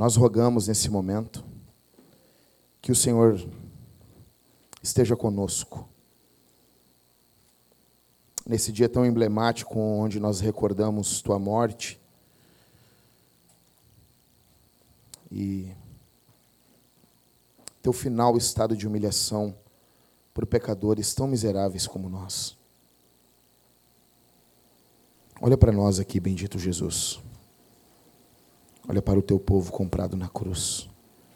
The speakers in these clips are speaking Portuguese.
Nós rogamos nesse momento que o Senhor esteja conosco. Nesse dia tão emblemático, onde nós recordamos tua morte e teu final estado de humilhação por pecadores tão miseráveis como nós. Olha para nós aqui, bendito Jesus. Olha para o teu povo comprado na cruz.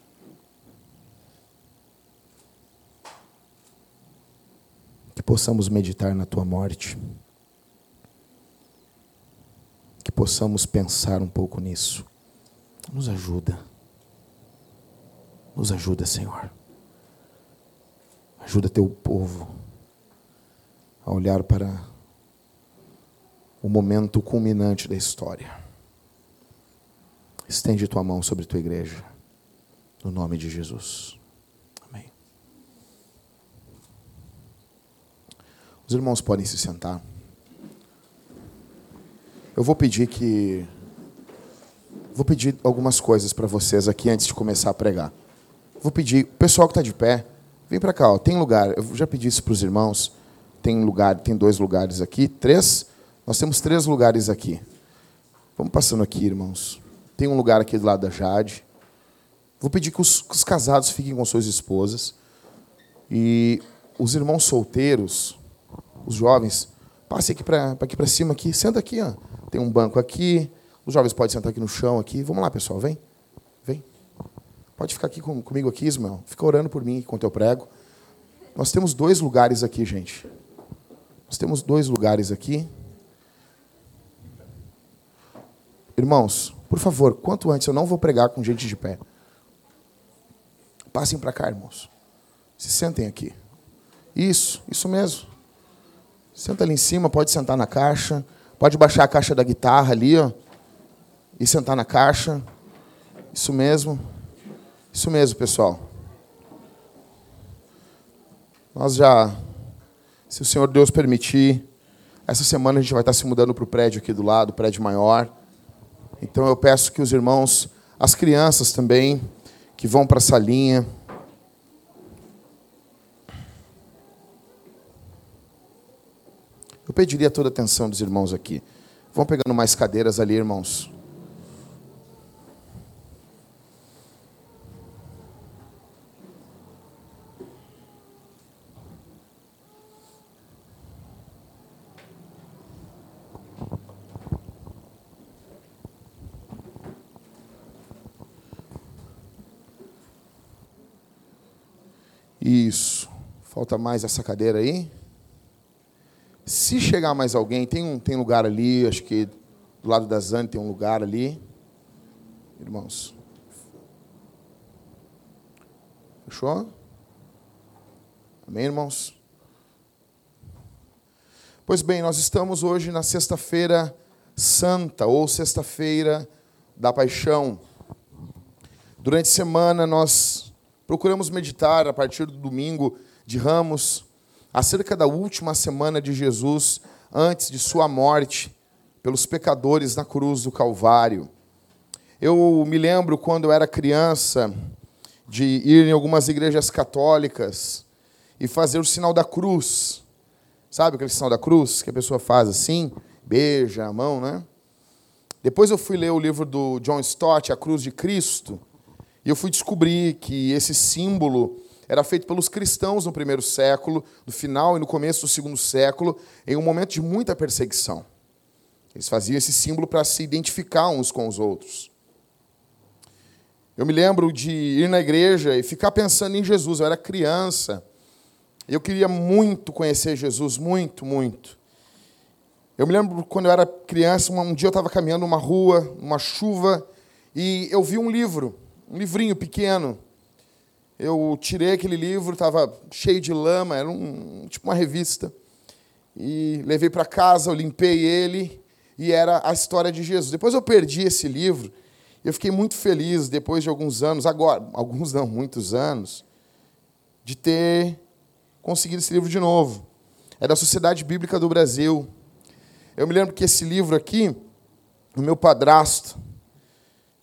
Que possamos meditar na tua morte. Que possamos pensar um pouco nisso. Nos ajuda. Nos ajuda, Senhor. Ajuda teu povo a olhar para o momento culminante da história. Estende tua mão sobre tua igreja, no nome de Jesus. Amém. Os irmãos podem se sentar. Eu vou pedir algumas coisas para vocês aqui antes de começar a pregar. Vou pedir, o pessoal que está de pé, vem para cá, ó, tem lugar. Eu já pedi isso para os irmãos. Tem 2 lugares aqui, 3. Nós temos 3 lugares aqui. Vamos passando aqui, irmãos. Tem um lugar aqui do lado da Jade. Vou pedir que os casados fiquem com suas esposas. E os irmãos solteiros, os jovens, passem aqui para cima. Aqui. Senta aqui. Ó. Tem um banco aqui. Os jovens podem sentar aqui no chão. Aqui. Vamos lá, pessoal. Vem. Vem. Pode ficar aqui comigo aqui, Ismael. Fica orando por mim enquanto eu prego. Nós temos 2 lugares aqui, gente. Nós temos 2 lugares aqui. Irmãos, por favor, quanto antes, eu não vou pregar com gente de pé. Passem para cá, irmãos. Se sentem aqui. Isso mesmo. Senta ali em cima, pode sentar na caixa. Pode baixar a caixa da guitarra ali, ó. E sentar na caixa. Isso mesmo, pessoal. Nós já, se o Senhor Deus permitir, essa semana a gente vai estar se mudando para o prédio aqui do lado, o prédio maior. Então eu peço que os irmãos, as crianças também, que vão para a salinha. Eu pediria toda a atenção dos irmãos aqui. Vão pegando mais cadeiras ali, irmãos. Isso. Falta mais essa cadeira aí. Se chegar mais alguém, tem lugar ali, acho que do lado da Zane tem um lugar ali. Irmãos. Fechou? Amém, irmãos? Pois bem, nós estamos hoje na Sexta-feira Santa, ou Sexta-feira da Paixão. Durante a semana nós procuramos meditar a partir do domingo de Ramos acerca da última semana de Jesus antes de sua morte pelos pecadores na cruz do Calvário. Eu me lembro quando eu era criança de ir em algumas igrejas católicas e fazer o sinal da cruz. Sabe aquele sinal da cruz que a pessoa faz assim, beija a mão, né? Depois eu fui ler o livro do John Stott, A Cruz de Cristo, e eu fui descobrir que esse símbolo era feito pelos cristãos no primeiro século, no final e no começo do segundo século, em um momento de muita perseguição. Eles faziam esse símbolo para se identificar uns com os outros. Eu me lembro de ir na igreja e ficar pensando em Jesus. Eu era criança. Eu queria muito conhecer Jesus, muito, muito. Eu me lembro quando eu era criança, um dia eu estava caminhando numa rua, numa chuva, e eu vi um livrinho pequeno. Eu tirei aquele livro, estava cheio de lama, era tipo uma revista. E levei para casa, eu limpei ele, e era a história de Jesus. Depois eu perdi esse livro, e eu fiquei muito feliz, depois de alguns anos, muitos anos, de ter conseguido esse livro de novo. É da Sociedade Bíblica do Brasil. Eu me lembro que esse livro aqui, o meu padrasto,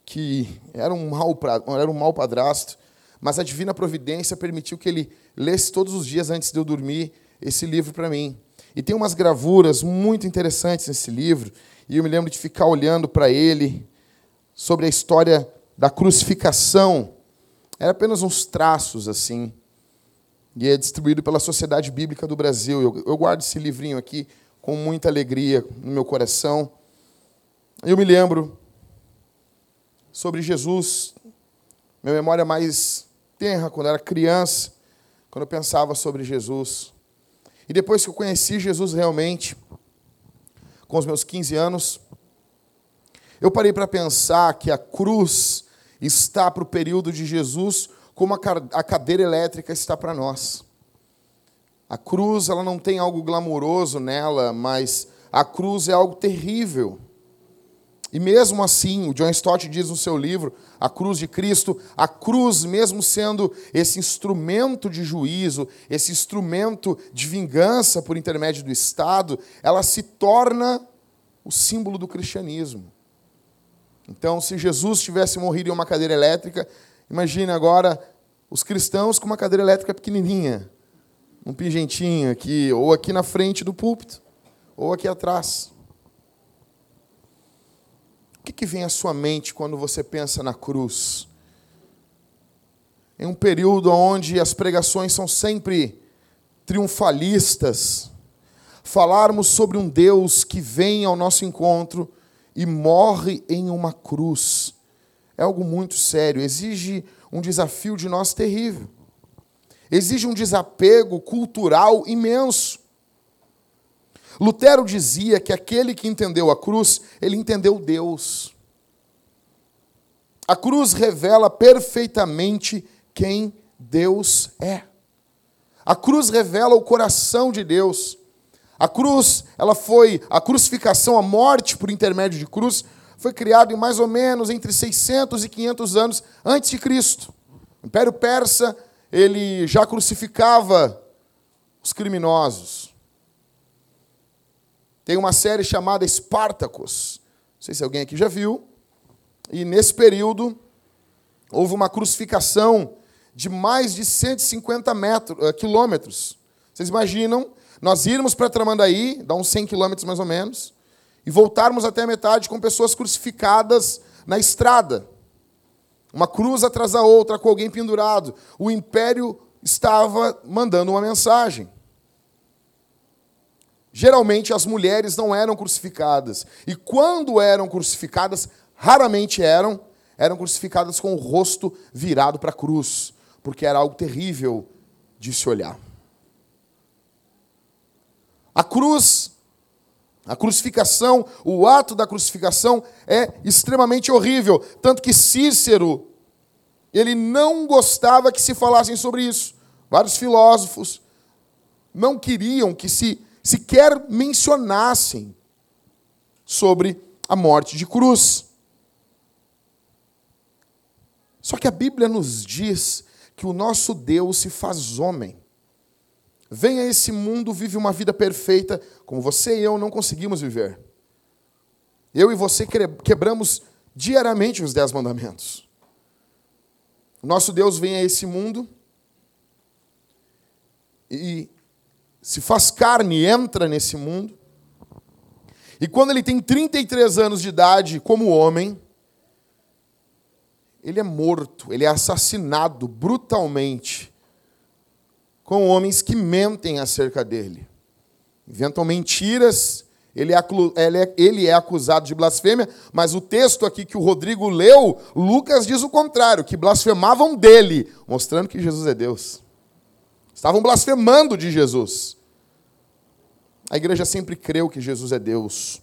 que era um mau padrasto, mas a divina providência permitiu que ele lesse todos os dias antes de eu dormir esse livro para mim. E tem umas gravuras muito interessantes nesse livro, e eu me lembro de ficar olhando para ele sobre a história da crucificação. Era apenas uns traços assim, e é distribuído pela Sociedade Bíblica do Brasil. Eu guardo esse livrinho aqui com muita alegria no meu coração. Eu me lembro sobre Jesus, minha memória mais tenra, quando eu era criança, quando eu pensava sobre Jesus. E depois que eu conheci Jesus realmente, com os meus 15 anos, eu parei para pensar que a cruz está para o período de Jesus como a cadeira elétrica está para nós. A cruz, ela não tem algo glamouroso nela, mas a cruz é algo terrível. E mesmo assim, o John Stott diz no seu livro, A Cruz de Cristo, a cruz, mesmo sendo esse instrumento de juízo, esse instrumento de vingança por intermédio do Estado, ela se torna o símbolo do cristianismo. Então, se Jesus tivesse morrido em uma cadeira elétrica, imagine agora os cristãos com uma cadeira elétrica pequenininha, um pingentinho aqui, ou aqui na frente do púlpito, ou aqui atrás. O que vem à sua mente quando você pensa na cruz? Em um período onde as pregações são sempre triunfalistas, falarmos sobre um Deus que vem ao nosso encontro e morre em uma cruz é algo muito sério, exige um desafio de nós terrível. Exige um desapego cultural imenso. Lutero dizia que aquele que entendeu a cruz, ele entendeu Deus. A cruz revela perfeitamente quem Deus é. A cruz revela o coração de Deus. A cruz, a crucificação, a morte por intermédio de cruz, foi criado em mais ou menos entre 600 e 500 anos antes de Cristo. O Império Persa, ele já crucificava os criminosos. Tem uma série chamada Espartacus. Não sei se alguém aqui já viu. E nesse período, houve uma crucificação de mais de 150 quilômetros. Vocês imaginam nós irmos para Tramandaí, dá uns 100 quilômetros mais ou menos, e voltarmos até a metade com pessoas crucificadas na estrada. Uma cruz atrás da outra, com alguém pendurado. O império estava mandando uma mensagem. Geralmente as mulheres não eram crucificadas. E quando eram crucificadas, raramente eram crucificadas com o rosto virado para a cruz, porque era algo terrível de se olhar. A cruz, a crucificação, o ato da crucificação é extremamente horrível. Tanto que Cícero, ele não gostava que se falassem sobre isso. Vários filósofos não queriam que sequer mencionassem sobre a morte de cruz. Só que a Bíblia nos diz que o nosso Deus se faz homem. Vem a esse mundo, vive uma vida perfeita, como você e eu não conseguimos viver. Eu e você quebramos diariamente os 10 mandamentos. O nosso Deus vem a esse mundo e se faz carne, entra nesse mundo. E quando ele tem 33 anos de idade como homem, ele é morto, ele é assassinado brutalmente com homens que mentem acerca dele. Inventam mentiras, ele é acusado de blasfêmia, mas o texto aqui que o Rodrigo leu, Lucas diz o contrário, que blasfemavam dele, mostrando que Jesus é Deus. Estavam blasfemando de Jesus. A igreja sempre creu que Jesus é Deus.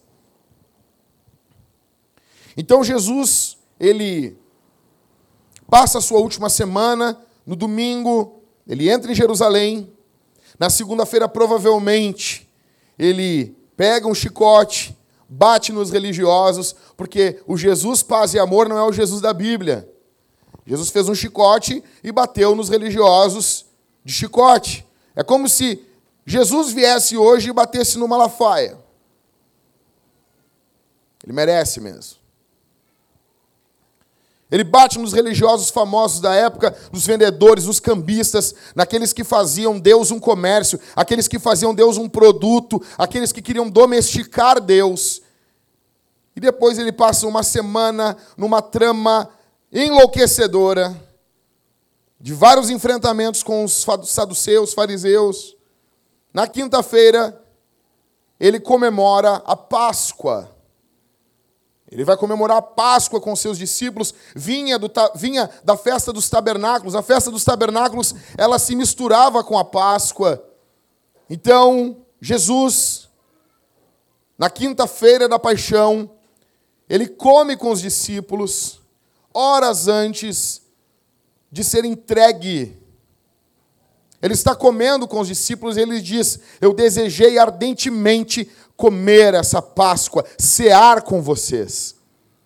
Então Jesus, ele passa a sua última semana, no domingo, ele entra em Jerusalém. Na segunda-feira, provavelmente, ele pega um chicote, bate nos religiosos, porque o Jesus, paz e amor não é o Jesus da Bíblia. Jesus fez um chicote e bateu nos religiosos de chicote. É como se Jesus viesse hoje e batesse no Malafaia. Ele merece mesmo. Ele bate nos religiosos famosos da época, nos vendedores, nos cambistas, naqueles que faziam Deus um comércio, aqueles que faziam Deus um produto, aqueles que queriam domesticar Deus. E depois ele passa uma semana numa trama enlouquecedora, de vários enfrentamentos com os saduceus, fariseus. Na quinta-feira, ele comemora a Páscoa. Ele vai comemorar a Páscoa com seus discípulos. Vinha da festa dos tabernáculos. A festa dos tabernáculos, ela se misturava com a Páscoa. Então, Jesus, na quinta-feira da paixão, ele come com os discípulos, horas antes de ser entregue. Ele está comendo com os discípulos e ele diz: eu desejei ardentemente comer essa Páscoa, cear com vocês.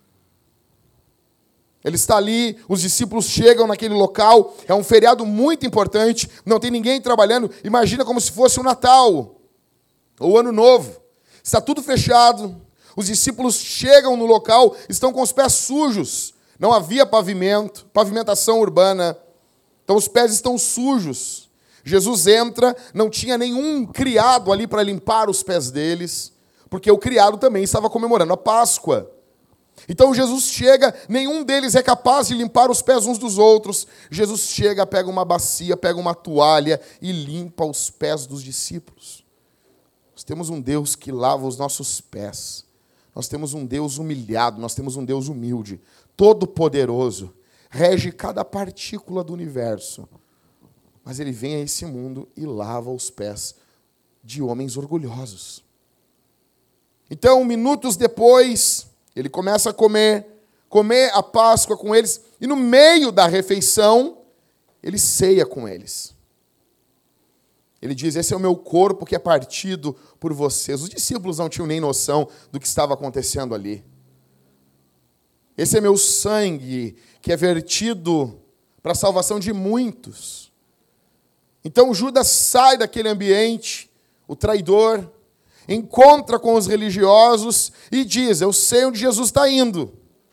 Ele está ali, os discípulos chegam naquele local, é um feriado muito importante, não tem ninguém trabalhando, imagina como se fosse o Natal, ou o Ano Novo. Está tudo fechado, os discípulos chegam no local, estão com os pés sujos, não havia pavimentação urbana, então os pés estão sujos. Jesus entra, não tinha nenhum criado ali para limpar os pés deles, porque o criado também estava comemorando a Páscoa. Então Jesus chega, nenhum deles é capaz de limpar os pés uns dos outros. Jesus chega, pega uma bacia, pega uma toalha e limpa os pés dos discípulos. Nós temos um Deus que lava os nossos pés. Nós temos um Deus humilhado, nós temos um Deus humilde, todo-poderoso, rege cada partícula do universo. Mas ele vem a esse mundo e lava os pés de homens orgulhosos. Então, minutos depois, ele começa a comer a Páscoa com eles, e no meio da refeição, ele ceia com eles. Ele diz: esse é o meu corpo que é partido por vocês. Os discípulos não tinham nem noção do que estava acontecendo ali. Esse é meu sangue que é vertido para a salvação de muitos. Então Judas sai daquele ambiente, o traidor, encontra com os religiosos e diz: eu sei onde Jesus está indo.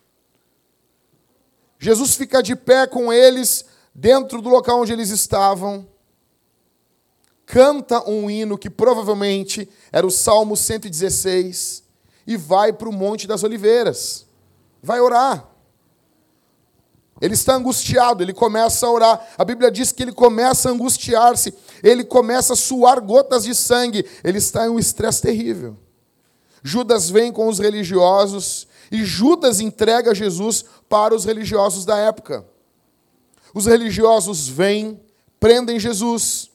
Jesus fica de pé com eles, dentro do local onde eles estavam, canta um hino que provavelmente era o Salmo 116 e vai para o Monte das Oliveiras. Vai orar. Ele está angustiado, ele começa a orar. A Bíblia diz que ele começa a angustiar-se, ele começa a suar gotas de sangue. Ele está em um estresse terrível. Judas vem com os religiosos e Judas entrega Jesus para os religiosos da época. Os religiosos vêm, prendem Jesus.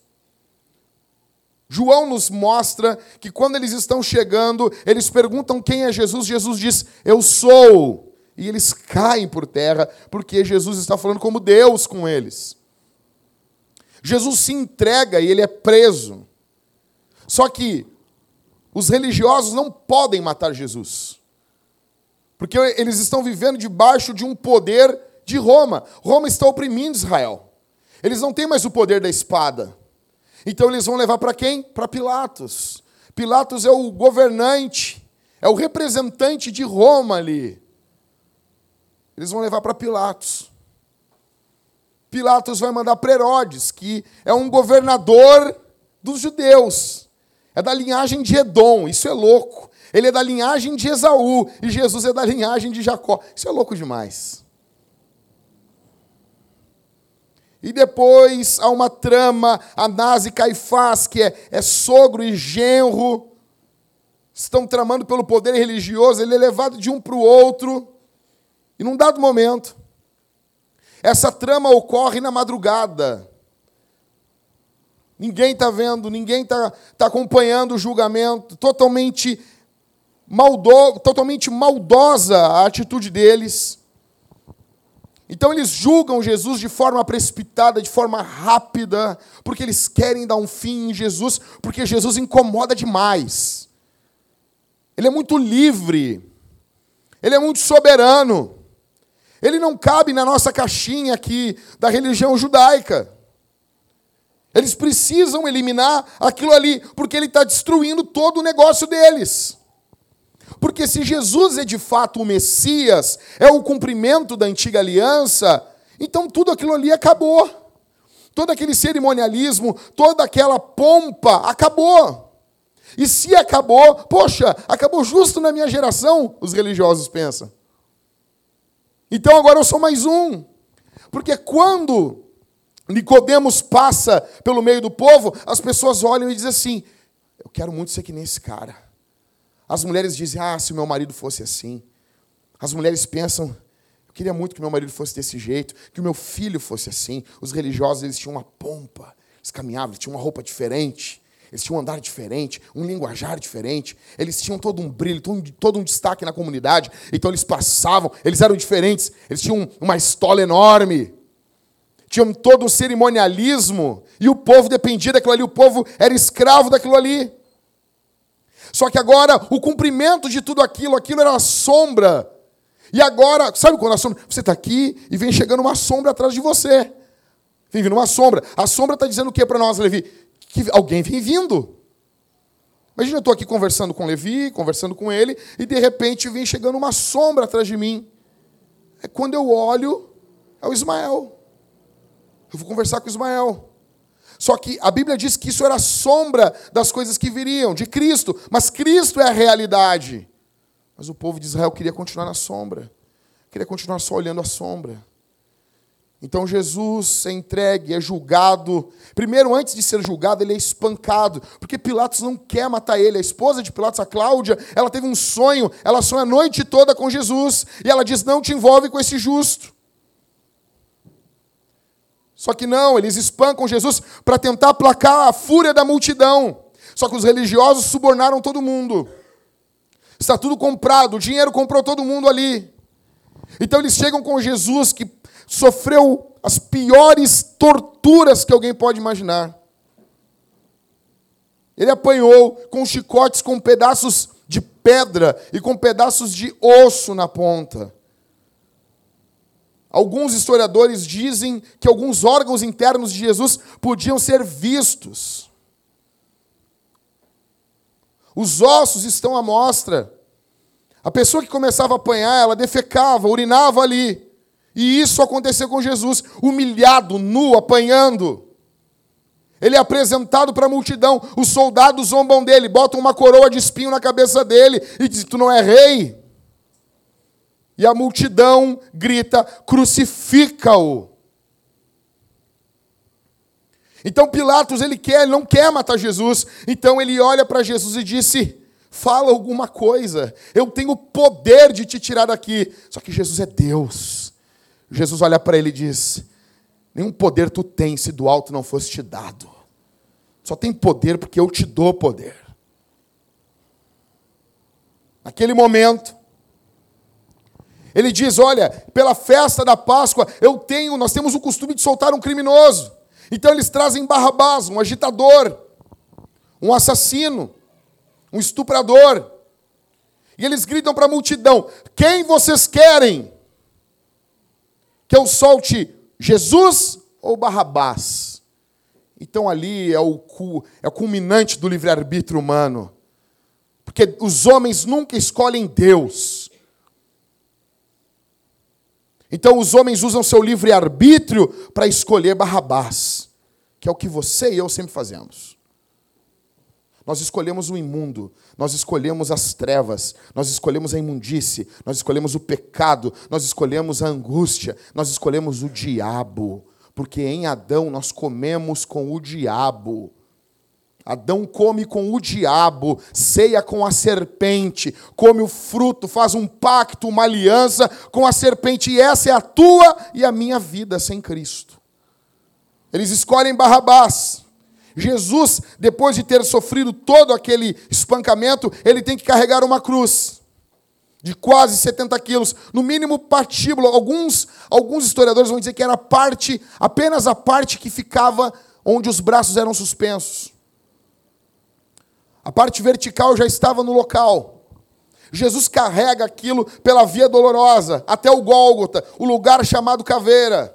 João nos mostra que quando eles estão chegando, eles perguntam quem é Jesus. Jesus diz: eu sou. E eles caem por terra, porque Jesus está falando como Deus com eles. Jesus se entrega e ele é preso. Só que os religiosos não podem matar Jesus, porque eles estão vivendo debaixo de um poder de Roma. Roma está oprimindo Israel. Eles não têm mais o poder da espada. Então eles vão levar para quem? Para Pilatos. Pilatos é o governante, é o representante de Roma ali. Eles vão levar para Pilatos. Pilatos vai mandar para Herodes, que é um governador dos judeus. É da linhagem de Edom, isso é louco. Ele é da linhagem de Esaú, e Jesus é da linhagem de Jacó. Isso é louco demais. E depois há uma trama, Anás e Caifás, que é sogro e genro, estão tramando pelo poder religioso, ele é levado de um para o outro. E num dado momento, essa trama ocorre na madrugada. Ninguém está vendo, ninguém está acompanhando o julgamento, totalmente maldosa a atitude deles. Então eles julgam Jesus de forma precipitada, de forma rápida, porque eles querem dar um fim em Jesus, porque Jesus incomoda demais. Ele é muito livre, ele é muito soberano. Ele não cabe na nossa caixinha aqui da religião judaica. Eles precisam eliminar aquilo ali, porque ele está destruindo todo o negócio deles. Porque se Jesus é de fato o Messias, é o cumprimento da antiga aliança, então tudo aquilo ali acabou. Todo aquele cerimonialismo, toda aquela pompa, acabou. E se acabou, poxa, acabou justo na minha geração, os religiosos pensam. Então agora eu sou mais um. Porque quando Nicodemos passa pelo meio do povo, as pessoas olham e dizem assim, eu quero muito ser que nem esse cara. As mulheres dizem, se o meu marido fosse assim. As mulheres pensam, eu queria muito que meu marido fosse desse jeito, que o meu filho fosse assim. Os religiosos, eles tinham uma pompa, eles caminhavam, eles tinham uma roupa diferente, eles tinham um andar diferente, um linguajar diferente, eles tinham todo um brilho, todo um destaque na comunidade, então eles passavam, eles eram diferentes, eles tinham uma estola enorme, tinham todo um cerimonialismo, e o povo dependia daquilo ali, o povo era escravo daquilo ali. Só que agora, o cumprimento de tudo aquilo era a sombra. E agora, sabe quando a sombra... Você está aqui e vem chegando uma sombra atrás de você. Vem vindo uma sombra. A sombra está dizendo o que para nós, Levi? Que alguém vem vindo. Imagina, eu estou aqui conversando com Levi, conversando com ele, e de repente vem chegando uma sombra atrás de mim. É quando eu olho, é o Ismael. Eu vou conversar com o Ismael. Só que a Bíblia diz que isso era sombra das coisas que viriam, de Cristo. Mas Cristo é a realidade. Mas o povo de Israel queria continuar na sombra. Queria continuar só olhando a sombra. Então Jesus é entregue, é julgado. Primeiro, antes de ser julgado, ele é espancado. Porque Pilatos não quer matar ele. A esposa de Pilatos, a Cláudia, ela teve um sonho. Ela sonha a noite toda com Jesus. E ela diz, não te envolve com esse justo. Só que não, eles espancam Jesus para tentar aplacar a fúria da multidão. Só que os religiosos subornaram todo mundo. Está tudo comprado, o dinheiro comprou todo mundo ali. Então eles chegam com Jesus, que sofreu as piores torturas que alguém pode imaginar. Ele apanhou com chicotes, com pedaços de pedra e com pedaços de osso na ponta. Alguns historiadores dizem que alguns órgãos internos de Jesus podiam ser vistos. Os ossos estão à mostra. A pessoa que começava a apanhar, ela defecava, urinava ali. E isso aconteceu com Jesus, humilhado, nu, apanhando. Ele é apresentado para a multidão. Os soldados zombam dele, botam uma coroa de espinho na cabeça dele e dizem, tu não é rei? E a multidão grita, crucifica-o. Então Pilatos, ele não quer matar Jesus. Então ele olha para Jesus e disse, fala alguma coisa. Eu tenho o poder de te tirar daqui. Só que Jesus é Deus. Jesus olha para ele e diz, nenhum poder tu tens se do alto não fosse te dado. Só tem poder porque eu te dou poder. Naquele momento, ele diz, olha, pela festa da Páscoa, nós temos o costume de soltar um criminoso. Então eles trazem Barrabás, um agitador, um assassino, um estuprador. E eles gritam para a multidão, quem vocês querem? Que eu solte Jesus ou Barrabás? Então ali é o culminante do livre-arbítrio humano. Porque os homens nunca escolhem Deus. Então os homens usam seu livre-arbítrio para escolher Barrabás, que é o que você e eu sempre fazemos. Nós escolhemos o imundo, nós escolhemos as trevas, nós escolhemos a imundície, nós escolhemos o pecado, nós escolhemos a angústia, nós escolhemos o diabo, porque em Adão nós comemos com o diabo. Adão come com o diabo, ceia com a serpente, come o fruto, faz um pacto, uma aliança com a serpente, e essa é a tua e a minha vida sem Cristo. Eles escolhem Barrabás. Jesus, depois de ter sofrido todo aquele espancamento, ele tem que carregar uma cruz de quase 70 quilos, no mínimo patíbulo. Alguns historiadores vão dizer que era apenas a parte que ficava onde os braços eram suspensos. A parte vertical já estava no local. Jesus carrega aquilo pela via dolorosa, até o Gólgota, o lugar chamado caveira.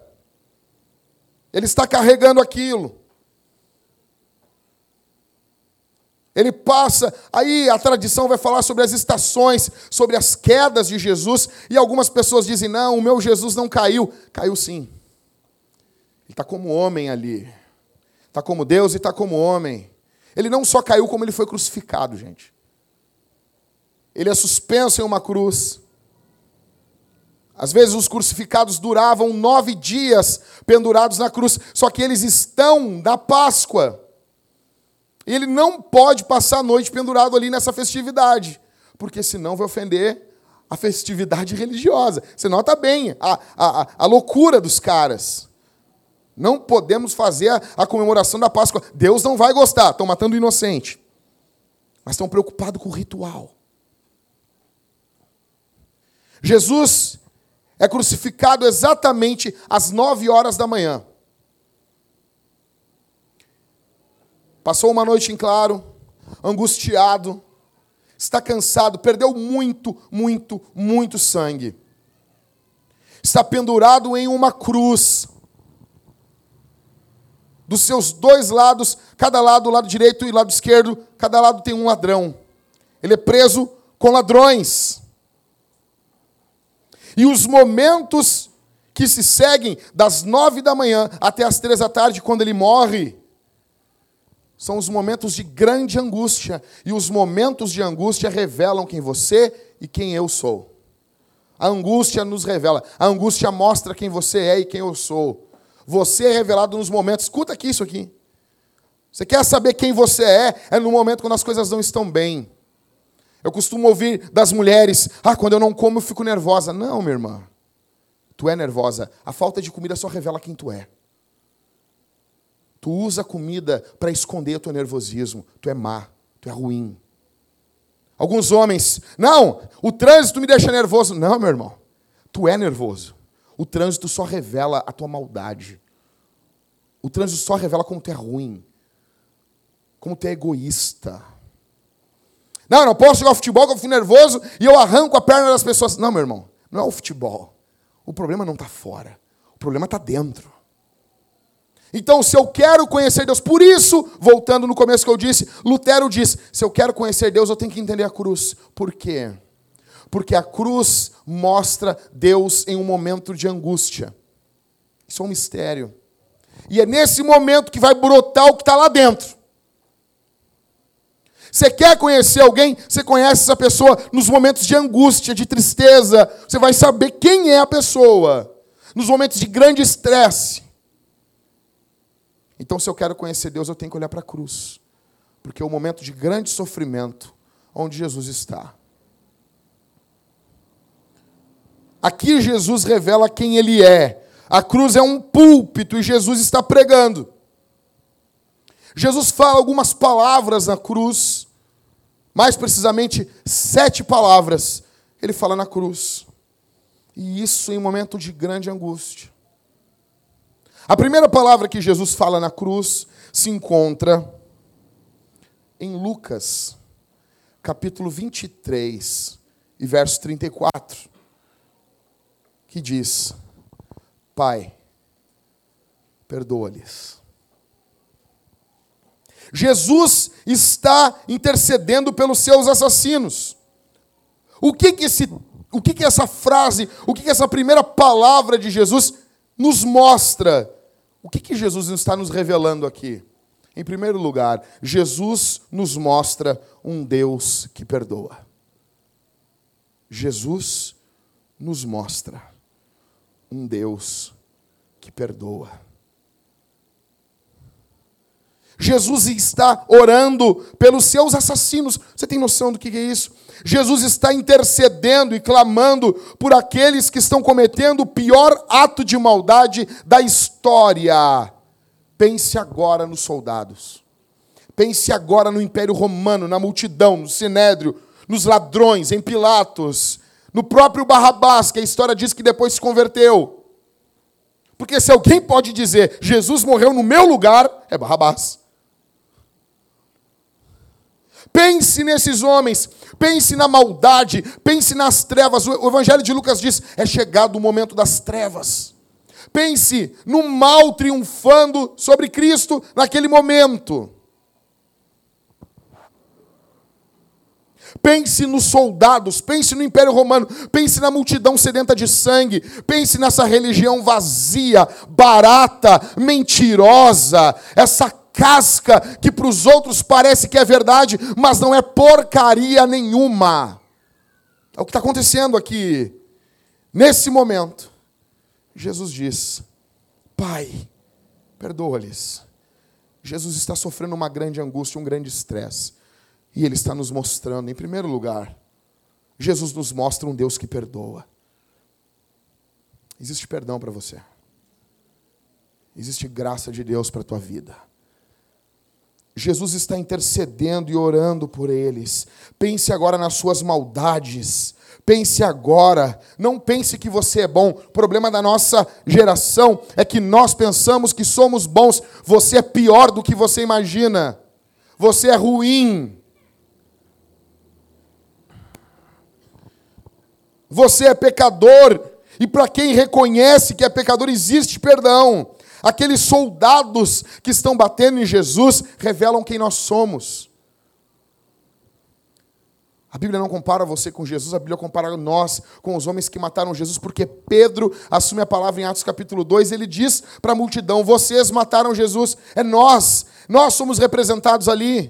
Ele está carregando aquilo. Ele passa, aí a tradição vai falar sobre as estações, sobre as quedas de Jesus, e algumas pessoas dizem, não, o meu Jesus não caiu. Caiu sim. Ele está como homem ali. Está como Deus e está como homem. Ele não só caiu, como ele foi crucificado, gente. Ele é suspenso em uma cruz. Às vezes os crucificados duravam 9 dias pendurados na cruz, só que eles estão na Páscoa. E ele não pode passar a noite pendurado ali nessa festividade, porque senão vai ofender a festividade religiosa. Você nota bem a loucura dos caras. Não podemos fazer a comemoração da Páscoa. Deus não vai gostar, estão matando o inocente. Mas estão preocupados com o ritual. Jesus é crucificado exatamente às 9 horas da manhã. Passou uma noite em claro, angustiado, está cansado, perdeu muito sangue. Está pendurado em uma cruz. Dos seus 2 lados, cada lado, o lado direito e o lado esquerdo, cada lado tem um ladrão. Ele é preso com ladrões. E os momentos que se seguem, das 9 da manhã até as 3 da tarde, quando ele morre, são os momentos de grande angústia. E os momentos de angústia revelam quem você e quem eu sou. A angústia nos revela. A angústia mostra quem você é e quem eu sou. Você é revelado nos momentos... Escuta aqui isso aqui. Você quer saber quem você é no momento quando as coisas não estão bem. Eu costumo ouvir das mulheres, quando eu não como eu fico nervosa. Não, minha irmã. Tu é nervosa. A falta de comida só revela quem tu é. Tu usa a comida para esconder o teu nervosismo. Tu é má, tu é ruim. Alguns homens, não, o trânsito me deixa nervoso. Não, meu irmão, tu é nervoso. O trânsito só revela a tua maldade. O trânsito só revela como tu é ruim. Como tu é egoísta. Não, eu não posso jogar futebol, que eu fico nervoso e eu arranco a perna das pessoas. Não, meu irmão, não é o futebol. O problema não está fora. O problema está dentro. Então, se eu quero conhecer Deus, por isso, voltando no começo que eu disse, Lutero diz, se eu quero conhecer Deus, eu tenho que entender a cruz. Por quê? Porque a cruz mostra Deus em um momento de angústia. Isso é um mistério. E é nesse momento que vai brotar o que está lá dentro. Você quer conhecer alguém? Você conhece essa pessoa nos momentos de angústia, de tristeza. Você vai saber quem é a pessoa. Nos momentos de grande estresse. Então, se eu quero conhecer Deus, eu tenho que olhar para a cruz. Porque é o momento de grande sofrimento onde Jesus está. Aqui Jesus revela quem Ele é. A cruz é um púlpito e Jesus está pregando. Jesus fala algumas palavras na cruz. Mais precisamente, 7 palavras. Ele fala na cruz. E isso em um momento de grande angústia. A primeira palavra que Jesus fala na cruz se encontra em Lucas, capítulo 23, e verso 34, que diz, Pai, perdoa-lhes. Jesus está intercedendo pelos seus assassinos. O que essa frase, o que essa primeira palavra de Jesus nos mostra? O que Jesus está nos revelando aqui? Em primeiro lugar, Jesus nos mostra um Deus que perdoa. Jesus nos mostra um Deus que perdoa. Jesus está orando pelos seus assassinos. Você tem noção do que é isso? Jesus está intercedendo e clamando por aqueles que estão cometendo o pior ato de maldade da história. Pense agora nos soldados. Pense agora no Império Romano, na multidão, no Sinédrio, nos ladrões, em Pilatos, no próprio Barrabás, que a história diz que depois se converteu. Porque se alguém pode dizer, Jesus morreu no meu lugar, é Barrabás. Pense nesses homens, pense na maldade, pense nas trevas. O Evangelho de Lucas diz, é chegado o momento das trevas. Pense no mal triunfando sobre Cristo naquele momento. Pense nos soldados, pense no Império Romano, pense na multidão sedenta de sangue, pense nessa religião vazia, barata, mentirosa, essa casca que para os outros parece que é verdade, mas não é porcaria nenhuma. É o que está acontecendo aqui. Nesse momento, Jesus diz: Pai, perdoa-lhes. Jesus está sofrendo uma grande angústia, um grande estresse. E Ele está nos mostrando, em primeiro lugar, Jesus nos mostra um Deus que perdoa. Existe perdão para você. Existe graça de Deus para a tua vida. Jesus está intercedendo e orando por eles. Pense agora nas suas maldades. Pense agora. Não pense que você é bom. O problema da nossa geração é que nós pensamos que somos bons. Você é pior do que você imagina. Você é ruim. Você é pecador. E para quem reconhece que é pecador, existe perdão. Aqueles soldados que estão batendo em Jesus revelam quem nós somos. A Bíblia não compara você com Jesus, a Bíblia compara nós com os homens que mataram Jesus, porque Pedro assume a palavra em Atos capítulo 2, ele diz para a multidão: vocês mataram Jesus, é nós somos representados ali.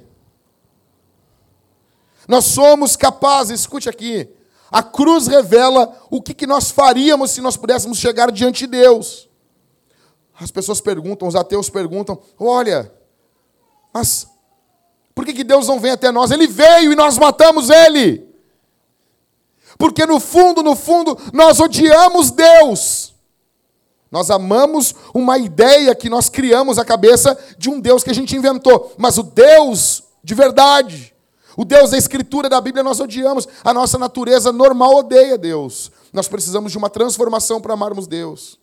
Nós somos capazes, escute aqui, a cruz revela o que nós faríamos se nós pudéssemos chegar diante de Deus. As pessoas perguntam, os ateus perguntam: olha, mas por que Deus não vem até nós? Ele veio e nós matamos Ele. Porque no fundo, nós odiamos Deus. Nós amamos uma ideia que nós criamos a cabeça de um Deus que a gente inventou. Mas o Deus de verdade, o Deus da Escritura, da Bíblia, nós odiamos. A nossa natureza normal odeia Deus. Nós precisamos de uma transformação para amarmos Deus.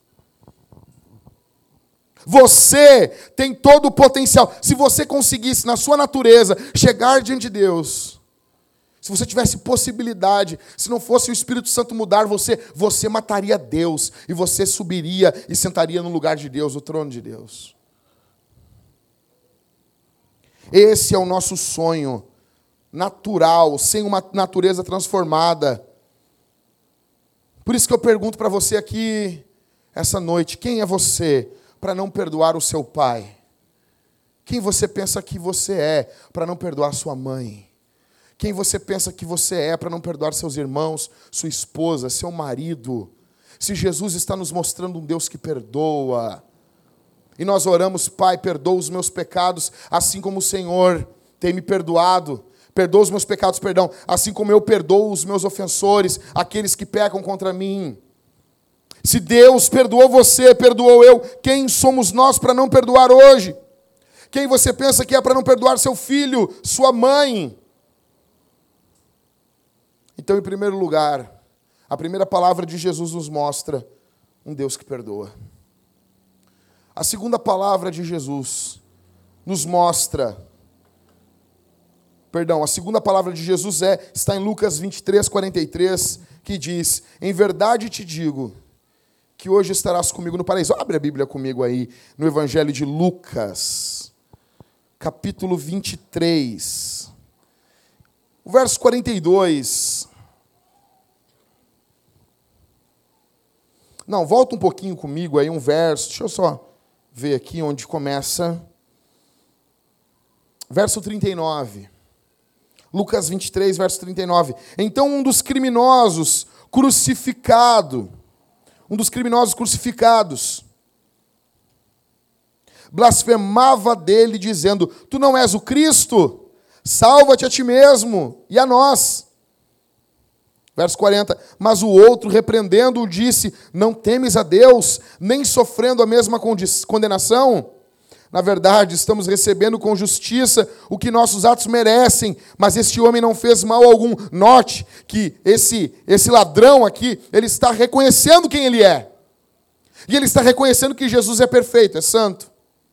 Você tem todo o potencial. Se você conseguisse, na sua natureza, chegar diante de Deus, se você tivesse possibilidade, se não fosse o Espírito Santo mudar você, você mataria Deus. E você subiria e sentaria no lugar de Deus, no trono de Deus. Esse é o nosso sonho natural, sem uma natureza transformada. Por isso que eu pergunto para você aqui, essa noite: quem é você para não perdoar o seu pai? Quem você pensa que você é para não perdoar sua mãe? Quem você pensa que você é para não perdoar seus irmãos, sua esposa, seu marido? Se Jesus está nos mostrando um Deus que perdoa, e nós oramos: Pai, perdoa os meus pecados, assim como o Senhor tem me perdoado. Perdoa os meus pecados, assim como eu perdoo os meus ofensores, aqueles que pecam contra mim. Se Deus perdoou você, perdoou eu, quem somos nós para não perdoar hoje? Quem você pensa que é para não perdoar seu filho, sua mãe? Então, em primeiro lugar, a primeira palavra de Jesus nos mostra um Deus que perdoa. A segunda palavra de Jesus nos mostra... a segunda palavra de Jesus está em Lucas 23, 43, que diz: em verdade te digo, que hoje estarás comigo no paraíso. Abre a Bíblia comigo aí, no Evangelho de Lucas, capítulo 23, o verso 42. Não, volta um pouquinho comigo aí, um verso, deixa eu só ver aqui onde começa. Verso 39. Lucas 23, verso 39. Então um dos criminosos crucificados, blasfemava dele, dizendo: tu não és o Cristo? Salva-te a ti mesmo e a nós. Verso 40. Mas o outro, repreendendo-o, disse: não temes a Deus, nem sofrendo a mesma condenação? Na verdade, estamos recebendo com justiça o que nossos atos merecem, mas este homem não fez mal algum. Note que esse ladrão aqui, ele está reconhecendo quem ele é. E ele está reconhecendo que Jesus é perfeito, é santo.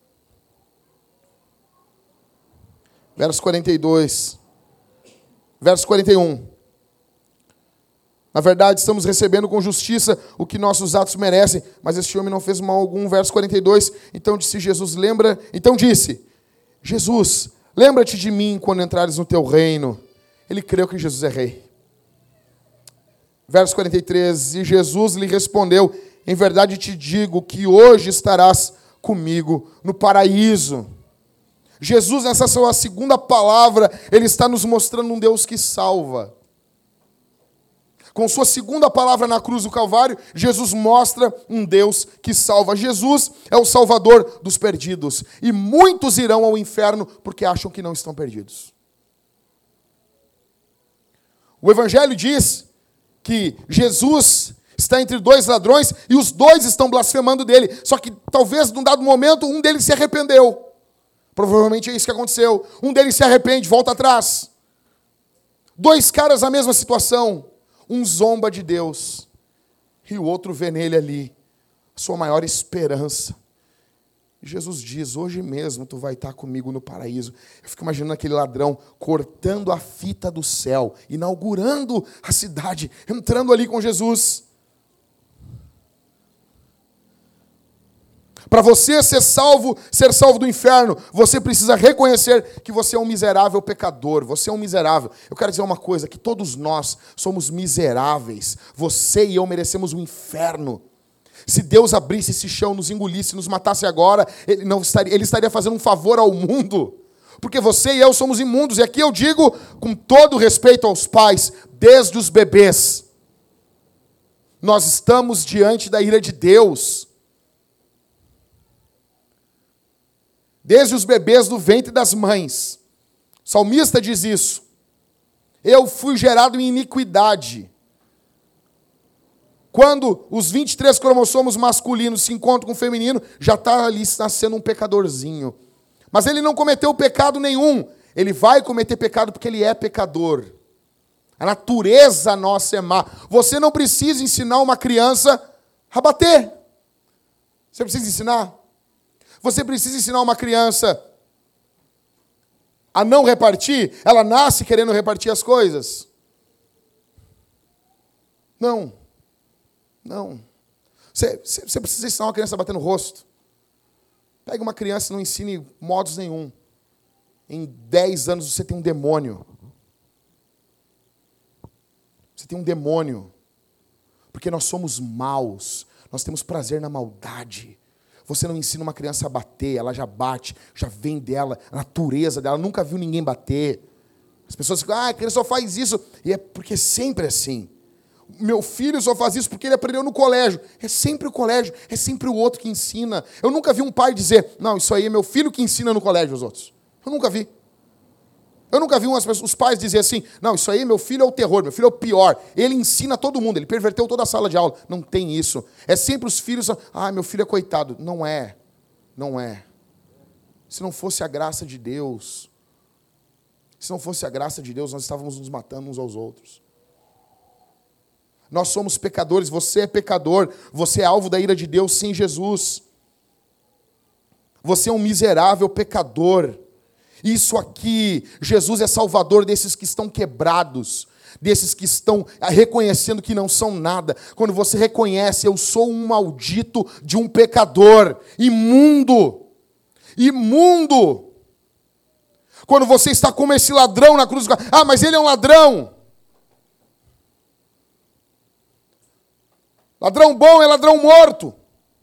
Verso 42. Verso 41. Na verdade, estamos recebendo com justiça o que nossos atos merecem, mas este homem não fez mal algum. Verso 42. Então disse, Jesus, lembra-te de mim quando entrares no teu reino. ele creu que Jesus é rei. Verso 43, e Jesus lhe respondeu, em verdade te digo que hoje estarás comigo no paraíso. Jesus, nessa sua segunda palavra, ele está nos mostrando um Deus que salva. Com sua segunda palavra na cruz do Calvário, Jesus mostra um Deus que salva. Jesus é o salvador dos perdidos. E muitos irão ao inferno porque acham que não estão perdidos. O Evangelho diz que Jesus está entre dois ladrões e os dois estão blasfemando dele. Só que talvez, num dado momento, um deles se arrependeu. Provavelmente é isso que aconteceu. Um deles se arrepende, volta atrás. Dois caras na mesma situação. Um zomba de Deus e o outro vê nele ali a sua maior esperança. E Jesus diz, hoje mesmo tu vai estar comigo no paraíso. Eu fico imaginando aquele ladrão cortando a fita do céu, inaugurando a cidade, entrando ali com Jesus. Para você ser salvo do inferno, você precisa reconhecer que você é um miserável pecador, você é um miserável. Eu quero dizer uma coisa, que todos nós somos miseráveis. Você e eu merecemos um inferno. Se Deus abrisse esse chão, nos engolisse, nos matasse agora, Ele estaria fazendo um favor ao mundo. Porque você e eu somos imundos. E aqui eu digo, com todo respeito aos pais, desde os bebês, nós estamos diante da ira de Deus. Desde os bebês do ventre das mães. O salmista diz isso. Eu fui gerado em iniquidade. Quando os 23 cromossomos masculinos se encontram com o feminino, já está ali nascendo um pecadorzinho. Mas ele não cometeu pecado nenhum. Ele vai cometer pecado porque ele é pecador. A natureza nossa é má. Você não precisa ensinar uma criança a bater. Você precisa ensinar? Você precisa ensinar uma criança a não repartir? Ela nasce querendo repartir as coisas? Não. Você precisa ensinar uma criança a bater no rosto? Pega uma criança e não ensine modos nenhum. Em 10 anos você tem um demônio. Você tem um demônio. Porque nós somos maus. Nós temos prazer na maldade. Você não ensina uma criança a bater, ela já bate, já vem dela, a natureza dela, nunca viu ninguém bater. As pessoas ficam, a criança só faz isso. E é porque sempre é assim. Meu filho só faz isso porque ele aprendeu no colégio. É sempre o colégio, é sempre o outro que ensina. Eu nunca vi um pai dizer, não, isso aí é meu filho que ensina no colégio os outros. Eu nunca vi. Eu nunca vi os pais dizer assim, não, isso aí meu filho é o terror, meu filho é o pior. Ele ensina todo mundo, ele perverteu toda a sala de aula. Não tem isso. É sempre os filhos, meu filho é coitado. Não é. Se não fosse a graça de Deus, nós estávamos nos matando uns aos outros. Nós somos pecadores, você é pecador, você é alvo da ira de Deus sem Jesus. Você é um miserável pecador. Isso aqui, Jesus é salvador desses que estão quebrados, desses que estão reconhecendo que não são nada. Quando você reconhece, eu sou um maldito de um pecador, imundo. Quando você está como esse ladrão na cruz, mas ele é um ladrão. Ladrão bom é ladrão morto.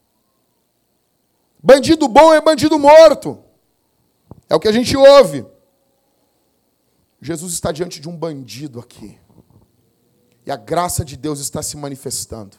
Bandido bom é bandido morto. É o que a gente ouve. Jesus está diante de um bandido aqui. E a graça de Deus está se manifestando.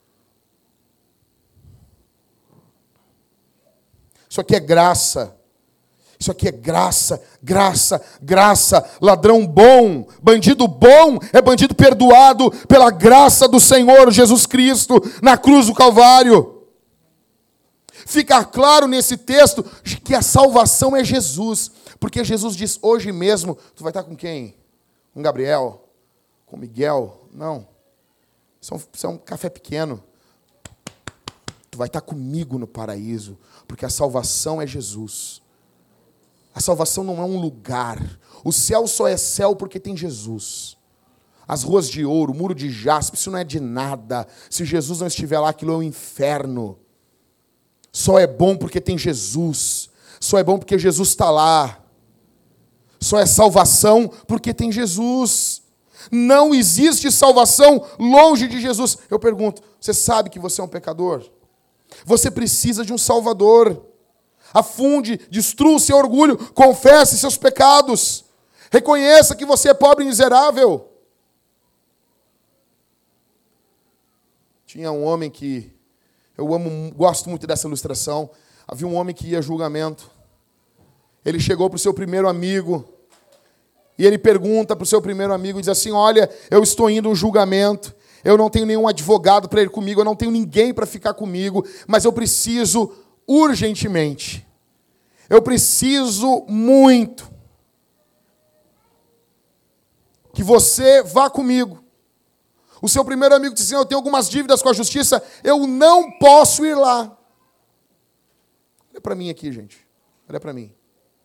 Isso aqui é graça. Isso aqui é graça, graça, graça. Ladrão bom, bandido bom, é bandido perdoado pela graça do Senhor Jesus Cristo na cruz do Calvário. Fica claro nesse texto que a salvação é Jesus. Porque Jesus diz, hoje mesmo, tu vai estar com quem? Com Gabriel? Com Miguel? Não. Isso é um café pequeno. Tu vai estar comigo no paraíso. Porque a salvação é Jesus. A salvação não é um lugar. O céu só é céu porque tem Jesus. As ruas de ouro, o muro de jaspe, isso não é de nada. Se Jesus não estiver lá, aquilo é um inferno. Só é bom porque tem Jesus. Só é bom porque Jesus está lá. Só é salvação porque tem Jesus. Não existe salvação longe de Jesus. Eu pergunto, você sabe que você é um pecador? Você precisa de um Salvador. Afunde, destrua o seu orgulho, confesse seus pecados. Reconheça que você é pobre e miserável. Tinha um homem que, gosto muito dessa ilustração. Havia um homem que ia a julgamento. Ele chegou para o seu primeiro amigo, e ele pergunta para o seu primeiro amigo, e diz assim, olha, eu estou indo a um julgamento, eu não tenho nenhum advogado para ir comigo, eu não tenho ninguém para ficar comigo, mas eu preciso urgentemente, eu preciso muito que você vá comigo. O seu primeiro amigo disse assim, eu tenho algumas dívidas com a justiça, eu não posso ir lá. Olha para mim aqui, gente, olha para mim.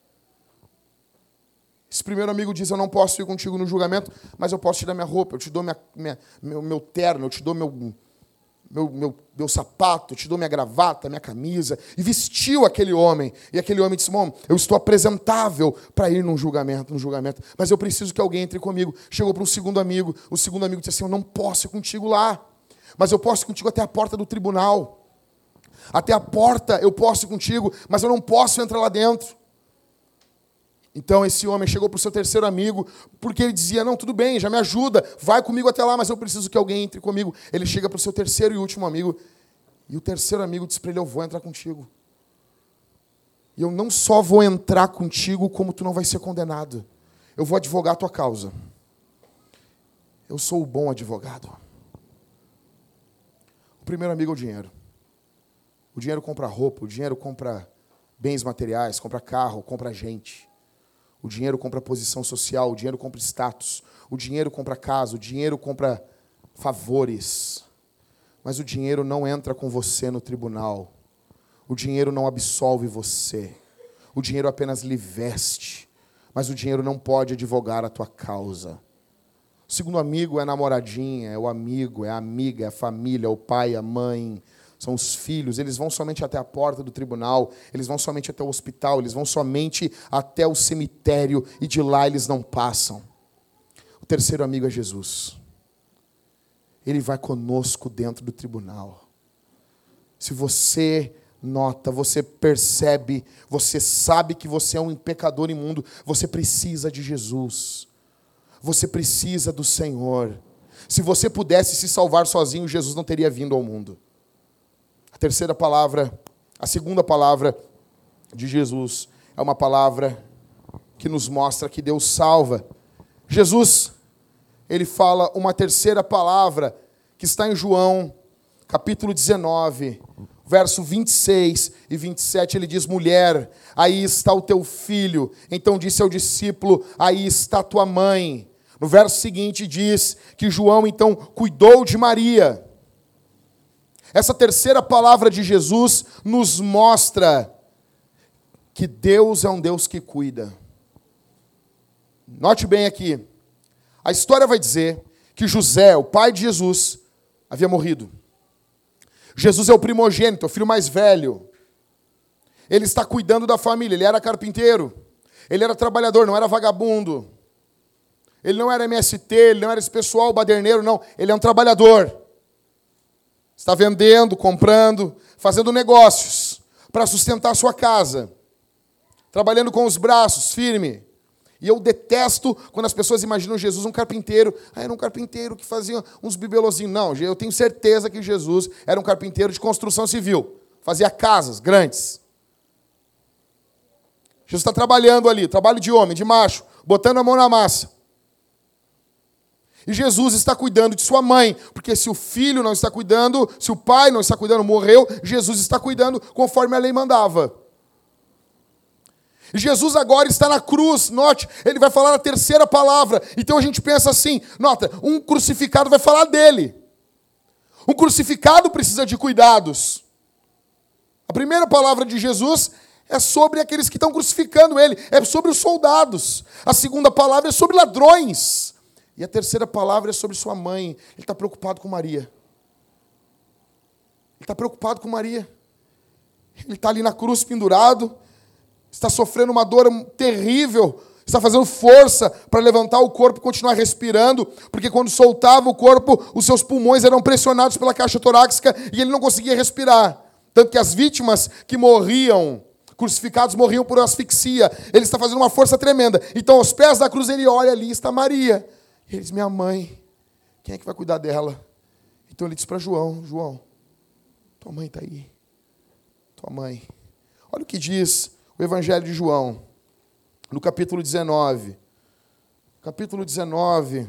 Esse primeiro amigo diz, eu não posso ir contigo no julgamento, mas eu posso te dar minha roupa, eu te dou meu terno, eu te dou meu sapato, eu te dou minha gravata, minha camisa. E vestiu aquele homem. E aquele homem disse, bom, eu estou apresentável para ir no julgamento, mas eu preciso que alguém entre comigo. Chegou para um segundo amigo, o segundo amigo disse assim, eu não posso ir contigo lá, mas eu posso ir contigo até a porta do tribunal. Até a porta eu posso ir contigo, mas eu não posso entrar lá dentro. Então esse homem chegou para o seu terceiro amigo, porque ele dizia, não, tudo bem, já me ajuda, vai comigo até lá, mas eu preciso que alguém entre comigo. Ele chega para o seu terceiro e último amigo, e o terceiro amigo diz para ele, eu vou entrar contigo. E eu não só vou entrar contigo, como tu não vai ser condenado. Eu vou advogar a tua causa. Eu sou o bom advogado. O primeiro amigo é o dinheiro. O dinheiro compra roupa, o dinheiro compra bens materiais, compra carro, compra gente. O dinheiro compra posição social, o dinheiro compra status, o dinheiro compra casa, o dinheiro compra favores. Mas o dinheiro não entra com você no tribunal. O dinheiro não absolve você. O dinheiro apenas lhe veste. Mas o dinheiro não pode advogar a tua causa. O segundo amigo é a namoradinha, é o amigo, é a amiga, é a família, é o pai, a mãe. São os filhos, eles vão somente até a porta do tribunal, eles vão somente até o hospital, eles vão somente até o cemitério e de lá eles não passam. O terceiro amigo é Jesus. Ele vai conosco dentro do tribunal. Se você nota, você percebe, você sabe que você é um pecador imundo, você precisa de Jesus. Você precisa do Senhor. Se você pudesse se salvar sozinho, Jesus não teria vindo ao mundo. A segunda palavra de Jesus é uma palavra que nos mostra que Deus salva. Jesus, ele fala uma terceira palavra que está em João, capítulo 19, verso 26 e 27, ele diz, mulher, aí está o teu filho. Então disse ao discípulo, aí está tua mãe. No verso seguinte diz que João então cuidou de Maria. Essa terceira palavra de Jesus nos mostra que Deus é um Deus que cuida. Note bem aqui, a história vai dizer que José, o pai de Jesus, havia morrido. Jesus é o primogênito, o filho mais velho. Ele está cuidando da família, ele era carpinteiro, ele era trabalhador, não era vagabundo. Ele não era MST, ele não era esse pessoal baderneiro, não, ele é um trabalhador. Está vendendo, comprando, fazendo negócios para sustentar a sua casa. Trabalhando com os braços, firme. E eu detesto quando as pessoas imaginam Jesus um carpinteiro. Era um carpinteiro que fazia uns bibelozinhos. Não, eu tenho certeza que Jesus era um carpinteiro de construção civil. Fazia casas grandes. Jesus está trabalhando ali, trabalho de homem, de macho, botando a mão na massa. E Jesus está cuidando de sua mãe, porque se o filho não está cuidando, se o pai não está cuidando, morreu, Jesus está cuidando conforme a lei mandava. E Jesus agora está na cruz, note, ele vai falar a terceira palavra. Então a gente pensa assim, nota, um crucificado vai falar dele. Um crucificado precisa de cuidados. A primeira palavra de Jesus é sobre aqueles que estão crucificando ele, é sobre os soldados. A segunda palavra é sobre ladrões. E a terceira palavra é sobre sua mãe. Ele está preocupado com Maria. Ele está preocupado com Maria. Ele está ali na cruz pendurado, está sofrendo uma dor terrível, está fazendo força para levantar o corpo e continuar respirando, porque quando soltava o corpo, os seus pulmões eram pressionados pela caixa torácica e ele não conseguia respirar. Tanto que as vítimas que morriam, crucificados, morriam por asfixia. Ele está fazendo uma força tremenda. Então, aos pés da cruz, ele olha ali, está Maria. E ele diz, minha mãe, quem é que vai cuidar dela? Então ele diz para João, João, tua mãe está aí. Tua mãe. Olha o que diz o Evangelho de João, no capítulo 19. Capítulo 19,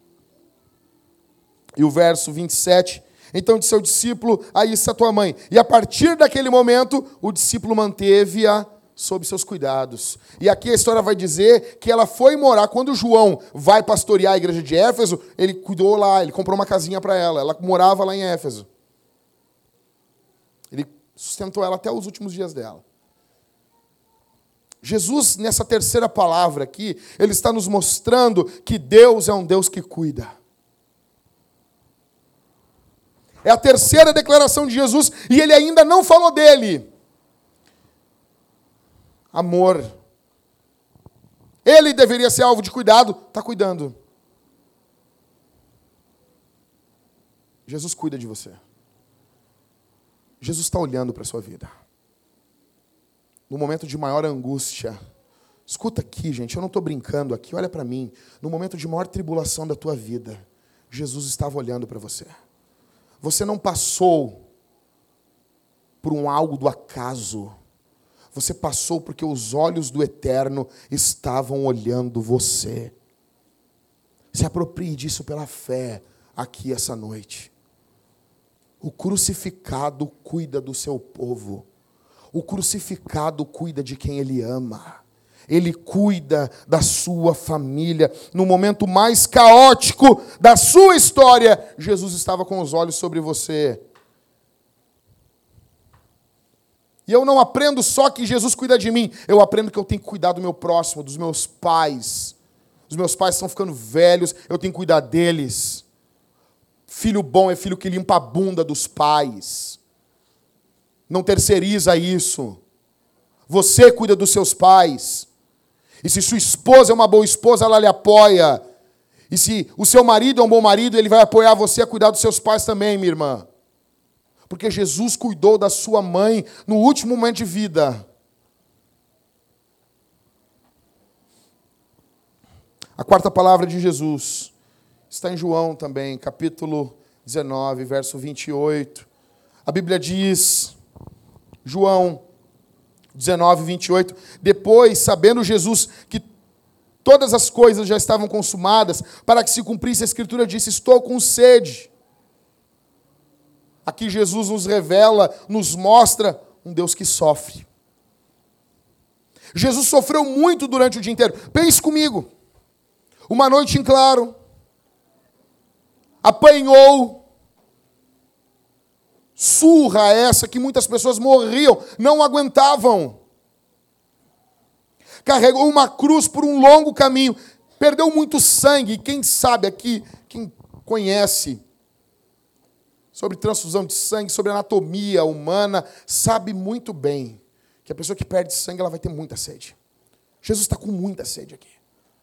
e o verso 27. Então disse ao discípulo, aí está tua mãe. E a partir daquele momento, o discípulo manteve-a sob seus cuidados. E aqui a história vai dizer que ela foi morar, quando João vai pastorear a igreja de Éfeso, ele cuidou lá, ele comprou uma casinha para ela. Ela morava lá em Éfeso. Ele sustentou ela até os últimos dias dela. Jesus, nessa terceira palavra aqui, ele está nos mostrando que Deus é um Deus que cuida. É a terceira declaração de Jesus e ele ainda não falou dele. Amor. Ele deveria ser alvo de cuidado, está cuidando. Jesus cuida de você. Jesus está olhando para a sua vida. No momento de maior angústia, escuta aqui, gente, eu não estou brincando aqui, olha para mim. No momento de maior tribulação da tua vida, Jesus estava olhando para você. Você não passou por algo do acaso. Você passou porque os olhos do Eterno estavam olhando você. Se aproprie disso pela fé aqui essa noite. O crucificado cuida do seu povo. O crucificado cuida de quem ele ama. Ele cuida da sua família. No momento mais caótico da sua história, Jesus estava com os olhos sobre você. E eu não aprendo só que Jesus cuida de mim. Eu aprendo que eu tenho que cuidar do meu próximo, dos meus pais. Os meus pais estão ficando velhos, eu tenho que cuidar deles. Filho bom é filho que limpa a bunda dos pais. Não terceiriza isso. Você cuida dos seus pais. E se sua esposa é uma boa esposa, ela lhe apoia. E se o seu marido é um bom marido, ele vai apoiar você a cuidar dos seus pais também, minha irmã. Porque Jesus cuidou da sua mãe no último momento de vida. A quarta palavra de Jesus está em João também, capítulo 19, verso 28. A Bíblia diz, João 19, 28, depois, sabendo Jesus que todas as coisas já estavam consumadas, para que se cumprisse a Escritura, disse, estou com sede. Aqui Jesus nos revela, nos mostra um Deus que sofre. Jesus sofreu muito durante o dia inteiro. Pense comigo. Uma noite em claro, apanhou, surra essa que muitas pessoas morriam, não aguentavam. Carregou uma cruz por um longo caminho, perdeu muito sangue. Quem sabe aqui, quem conhece sobre transfusão de sangue, sobre anatomia humana, sabe muito bem que a pessoa que perde sangue, ela vai ter muita sede. Jesus está com muita sede aqui.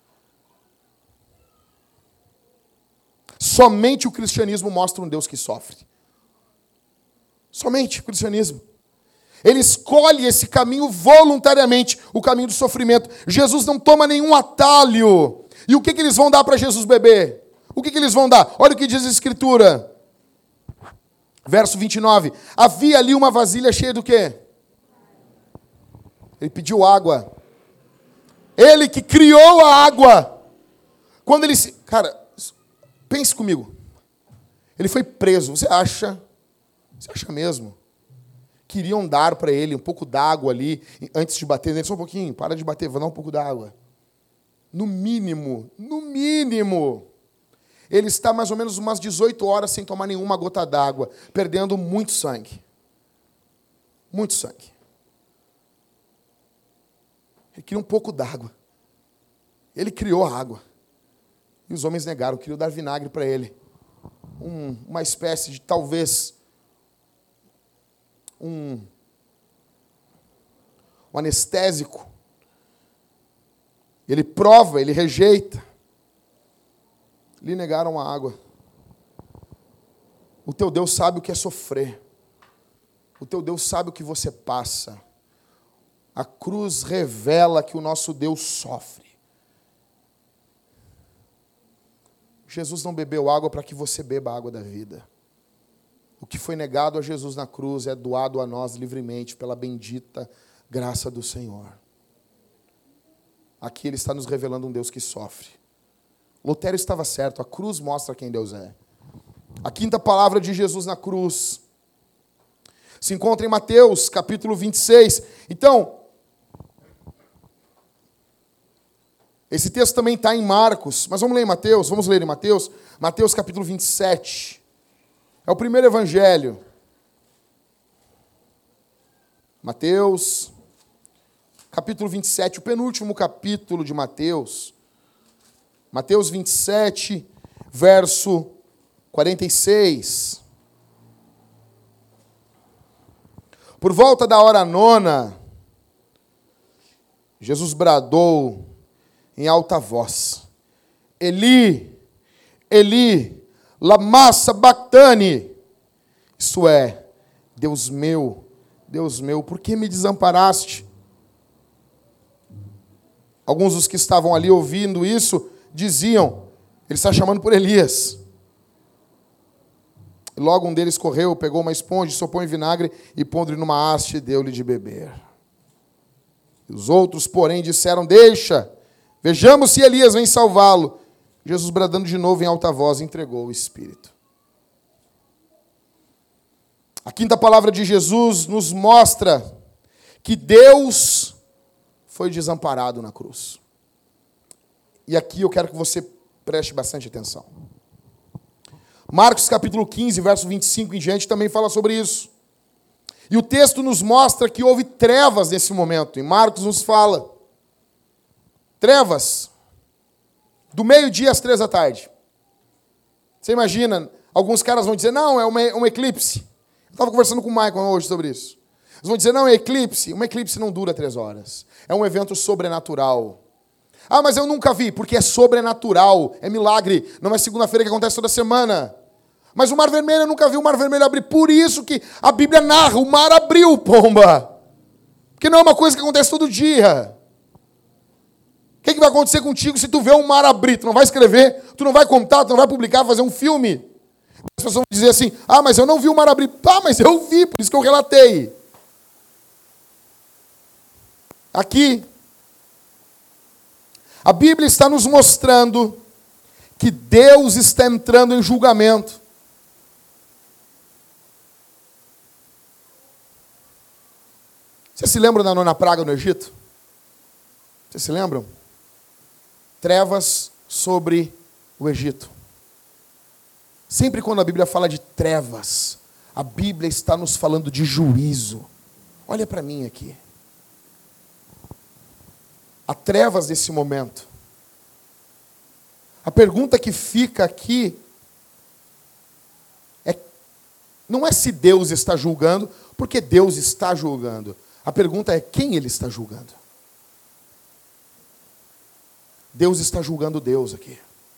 Somente o cristianismo mostra um Deus que sofre. Somente o cristianismo. Ele escolhe esse caminho voluntariamente, o caminho do sofrimento. Jesus não toma nenhum atalho. E o que eles vão dar para Jesus beber? O que eles vão dar? Olha o que diz a Escritura. Verso 29. Havia ali uma vasilha cheia do quê? Ele pediu água. Ele que criou a água. Quando ele se... Cara, pense comigo. Ele foi preso. Você acha mesmo? Queriam dar para ele um pouco d'água ali, antes de bater nele. Só um pouquinho, para de bater, vou dar um pouco d'água. No mínimo, ele está mais ou menos umas 18 horas sem tomar nenhuma gota d'água, perdendo muito sangue. Muito sangue. Ele queria um pouco d'água. Ele criou a água. E os homens negaram, queriam dar vinagre para ele. Uma espécie de, talvez, um anestésico. Ele prova, ele rejeita. Lhe negaram a água. O teu Deus sabe o que é sofrer. O teu Deus sabe o que você passa. A cruz revela que o nosso Deus sofre. Jesus não bebeu água para que você beba a água da vida. O que foi negado a Jesus na cruz é doado a nós livremente pela bendita graça do Senhor. Aqui ele está nos revelando um Deus que sofre. Lutero estava certo, a cruz mostra quem Deus é. A quinta palavra de Jesus na cruz se encontra em Mateus, capítulo 26. Então, esse texto também está em Marcos, mas vamos ler em Mateus, Mateus capítulo 27. É o primeiro evangelho. Mateus, capítulo 27, o penúltimo capítulo de Mateus. Mateus 27, verso 46. Por volta da hora nona, Jesus bradou em alta voz: Eli, Eli, lama sabachthani. Isso é, Deus meu, por que me desamparaste? Alguns dos que estavam ali ouvindo isso diziam: ele está chamando por Elias. E logo um deles correu, pegou uma esponja, sopou em vinagre e pondo-lhe numa haste, deu-lhe de beber. E os outros, porém, disseram: deixa, vejamos se Elias vem salvá-lo. Jesus, bradando de novo em alta voz, entregou o Espírito. A quinta palavra de Jesus nos mostra que Deus foi desamparado na cruz. E aqui eu quero que você preste bastante atenção. Marcos capítulo 15, verso 25 em diante, também fala sobre isso. E o texto nos mostra que houve trevas nesse momento. E Marcos nos fala: trevas, do meio-dia às 3 da tarde. Você imagina, alguns caras vão dizer: não, é um eclipse. Eu estava conversando com o Michael hoje sobre isso. Eles vão dizer: não, é eclipse. Um eclipse não dura 3 horas. É um evento sobrenatural. Ah, mas eu nunca vi, porque é sobrenatural, é milagre. Não é segunda-feira que acontece toda semana. Mas o Mar Vermelho, eu nunca vi o Mar Vermelho abrir. Por isso que a Bíblia narra: o mar abriu, pomba. Porque não é uma coisa que acontece todo dia. O que vai acontecer contigo se tu vê um mar abrir? Tu não vai escrever, tu não vai contar, tu não vai publicar, fazer um filme. As pessoas vão dizer assim: ah, mas eu não vi o mar abrir. Ah, mas eu vi, por isso que eu relatei. Aqui, a Bíblia está nos mostrando que Deus está entrando em julgamento. Vocês se lembram da nona praga no Egito? Vocês se lembram? Trevas sobre o Egito. Sempre quando a Bíblia fala de trevas, a Bíblia está nos falando de juízo. Olha para mim aqui. Há trevas nesse momento. A pergunta que fica aqui não é se Deus está julgando, porque Deus está julgando. A pergunta é quem Ele está julgando. Deus está julgando Deus aqui.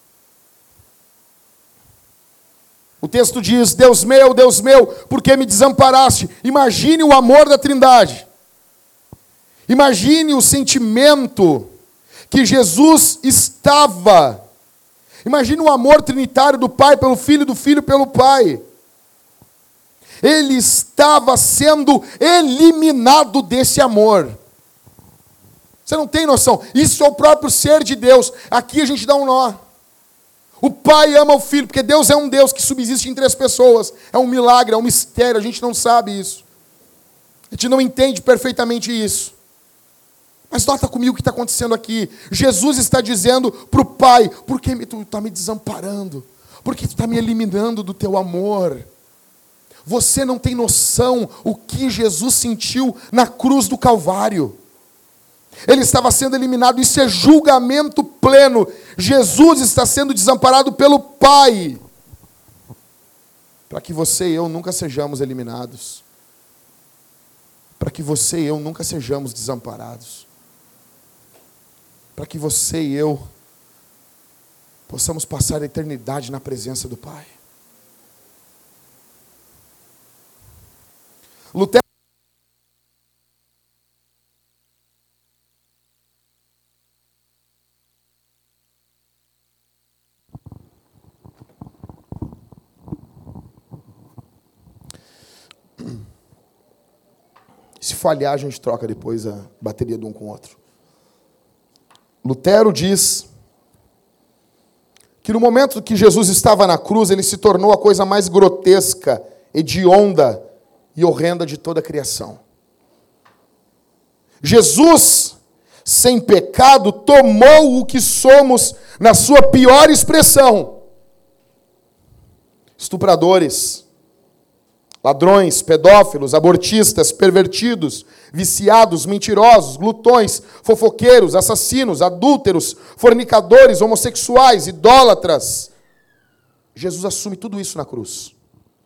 O texto diz: Deus meu, por que me desamparaste? Imagine o amor da Trindade. Imagine o sentimento que Jesus estava. Imagine o amor trinitário do Pai pelo Filho, do Filho pelo Pai. Ele estava sendo eliminado desse amor. Você não tem noção. Isso é o próprio ser de Deus. Aqui a gente dá um nó. O Pai ama o Filho, porque Deus é um Deus que subsiste em 3 pessoas. É um milagre, é um mistério, a gente não sabe isso. A gente não entende perfeitamente isso. Mas nota comigo o que está acontecendo aqui. Jesus está dizendo para o Pai: por que tu está me desamparando? Por que tu está me eliminando do teu amor? Você não tem noção o que Jesus sentiu na cruz do Calvário. Ele estava sendo eliminado, isso é julgamento pleno. Jesus está sendo desamparado pelo Pai, para que você e eu nunca sejamos eliminados, para que você e eu nunca sejamos desamparados. para que você e eu possamos passar a eternidade na presença do Pai. Lutero Se falhar, a gente troca depois a bateria de um com o outro. Lutero diz que no momento que Jesus estava na cruz, ele se tornou a coisa mais grotesca, hedionda e horrenda de toda a criação. Jesus, sem pecado, tomou o que somos na sua pior expressão. Estupradores, ladrões, pedófilos, abortistas, pervertidos, viciados, mentirosos, glutões, fofoqueiros, assassinos, adúlteros, fornicadores, homossexuais, idólatras. Jesus assume tudo isso na cruz.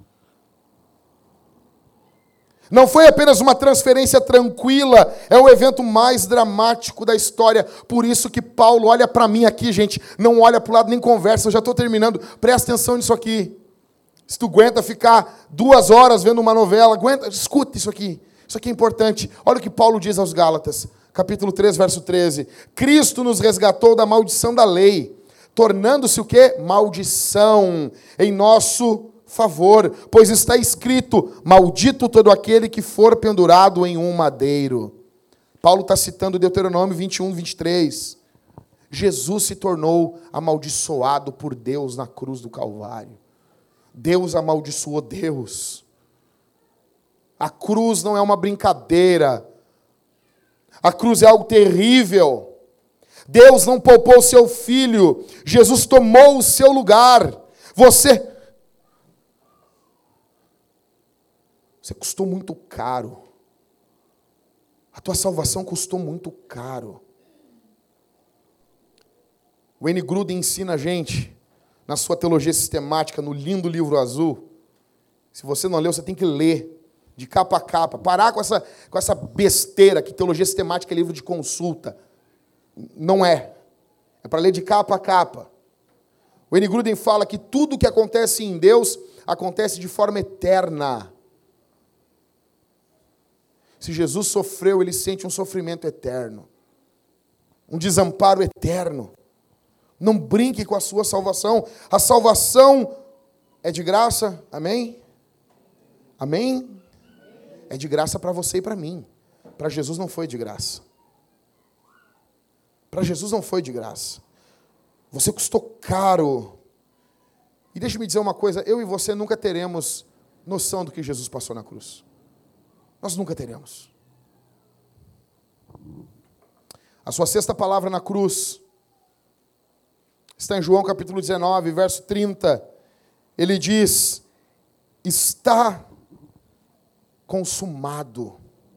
Não foi apenas uma transferência tranquila, é o evento mais dramático da história. Por isso que Paulo olha para mim aqui, gente, não olha para o lado nem conversa, eu já estou terminando. Presta atenção nisso aqui. Se tu aguenta ficar 2 horas vendo uma novela, aguenta, escuta isso aqui. Isso aqui é importante. Olha o que Paulo diz aos Gálatas, capítulo 3, verso 13. Cristo nos resgatou da maldição da lei, tornando-se o quê? Maldição em nosso favor, pois está escrito, maldito todo aquele que for pendurado em um madeiro. Paulo está citando Deuteronômio 21, 23. Jesus se tornou amaldiçoado por Deus na cruz do Calvário. Deus amaldiçoou Deus. A cruz não é uma brincadeira. A cruz é algo terrível. Deus não poupou o seu filho. Jesus tomou o seu lugar. Você custou muito caro. A tua salvação custou muito caro. Wayne Grudem ensina a gente, na sua teologia sistemática, no lindo livro azul. Se você não leu, você tem que ler, de capa a capa. Parar com essa besteira que teologia sistemática é livro de consulta. Não é. É para ler de capa a capa. O Wayne Grudem fala que tudo que acontece em Deus acontece de forma eterna. Se Jesus sofreu, ele sente um sofrimento eterno. Um desamparo eterno. Não brinque com a sua salvação. A salvação é de graça. Amém? Amém? É de graça para você e para mim. Para Jesus não foi de graça. Para Jesus não foi de graça. Você custou caro. E deixa-me dizer uma coisa. Eu e você nunca teremos noção do que Jesus passou na cruz. Nós nunca teremos. A sua sexta palavra na cruz está em João capítulo 19, verso 30. Ele diz, está consumado.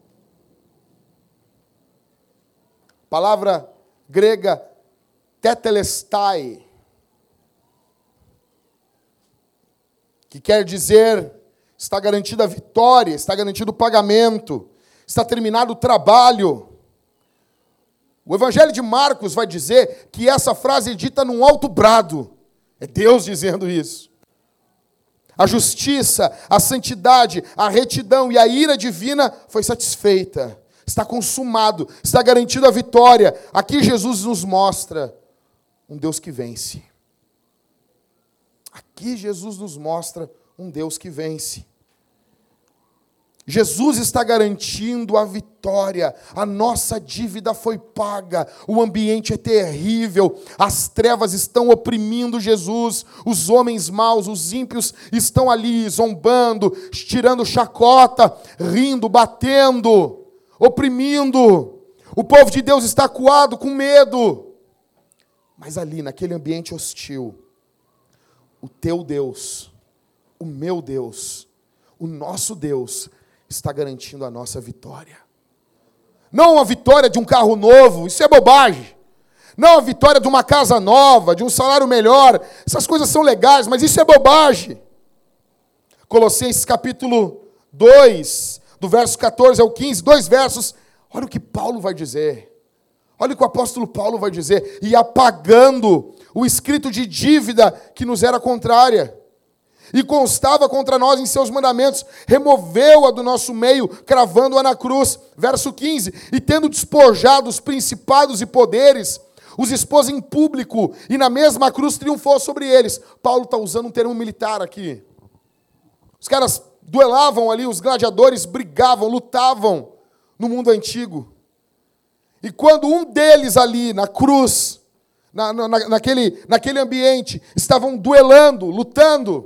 Palavra grega, tetelestai, que quer dizer, está garantida a vitória, está garantido o pagamento, está terminado o trabalho. O Evangelho de Marcos vai dizer que essa frase é dita num alto brado. É Deus dizendo isso. A justiça, a santidade, a retidão e a ira divina foi satisfeita. Está consumado, está garantido a vitória. Aqui Jesus nos mostra um Deus que vence. Aqui Jesus nos mostra um Deus que vence. Jesus está garantindo a vitória, a nossa dívida foi paga, o ambiente é terrível, as trevas estão oprimindo Jesus, os homens maus, os ímpios estão ali zombando, tirando chacota, rindo, batendo, oprimindo, o povo de Deus está acuado, com medo, mas ali naquele ambiente hostil, o teu Deus, o meu Deus, o nosso Deus, está garantindo a nossa vitória. Não a vitória de um carro novo, isso é bobagem. Não a vitória de uma casa nova, de um salário melhor, essas coisas são legais, mas isso é bobagem. Colossenses capítulo 2, do verso 14 ao 15, 2 versos, olha o que Paulo vai dizer. Olha o que o apóstolo Paulo vai dizer: e apagando o escrito de dívida que nos era contrária, e constava contra nós em seus mandamentos, removeu-a do nosso meio, cravando-a na cruz. Verso 15, e tendo despojado os principados e poderes, os expôs em público, e na mesma cruz triunfou sobre eles. Paulo está usando um termo militar aqui. Os caras duelavam ali, os gladiadores brigavam, lutavam no mundo antigo. E quando um deles ali na cruz, naquele ambiente, estavam duelando, lutando,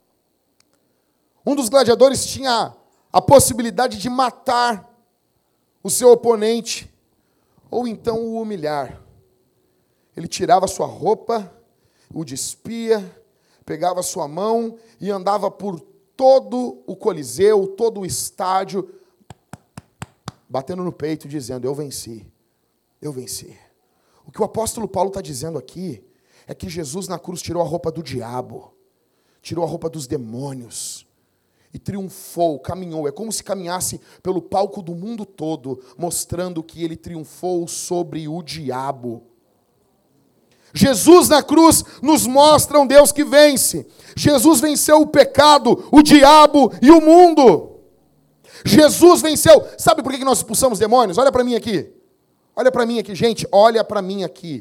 um dos gladiadores tinha a possibilidade de matar o seu oponente, ou então o humilhar. Ele tirava sua roupa, o despia, pegava sua mão e andava por todo o coliseu, todo o estádio, batendo no peito, dizendo: eu venci, eu venci. O que o apóstolo Paulo está dizendo aqui é que Jesus na cruz tirou a roupa do diabo, tirou a roupa dos demônios, e triunfou, caminhou. É como se caminhasse pelo palco do mundo todo, mostrando que ele triunfou sobre o diabo. Jesus na cruz nos mostra um Deus que vence. Jesus venceu o pecado, o diabo e o mundo. Jesus venceu. Sabe por que nós expulsamos demônios? Olha para mim aqui. Olha para mim aqui, gente. Olha para mim aqui.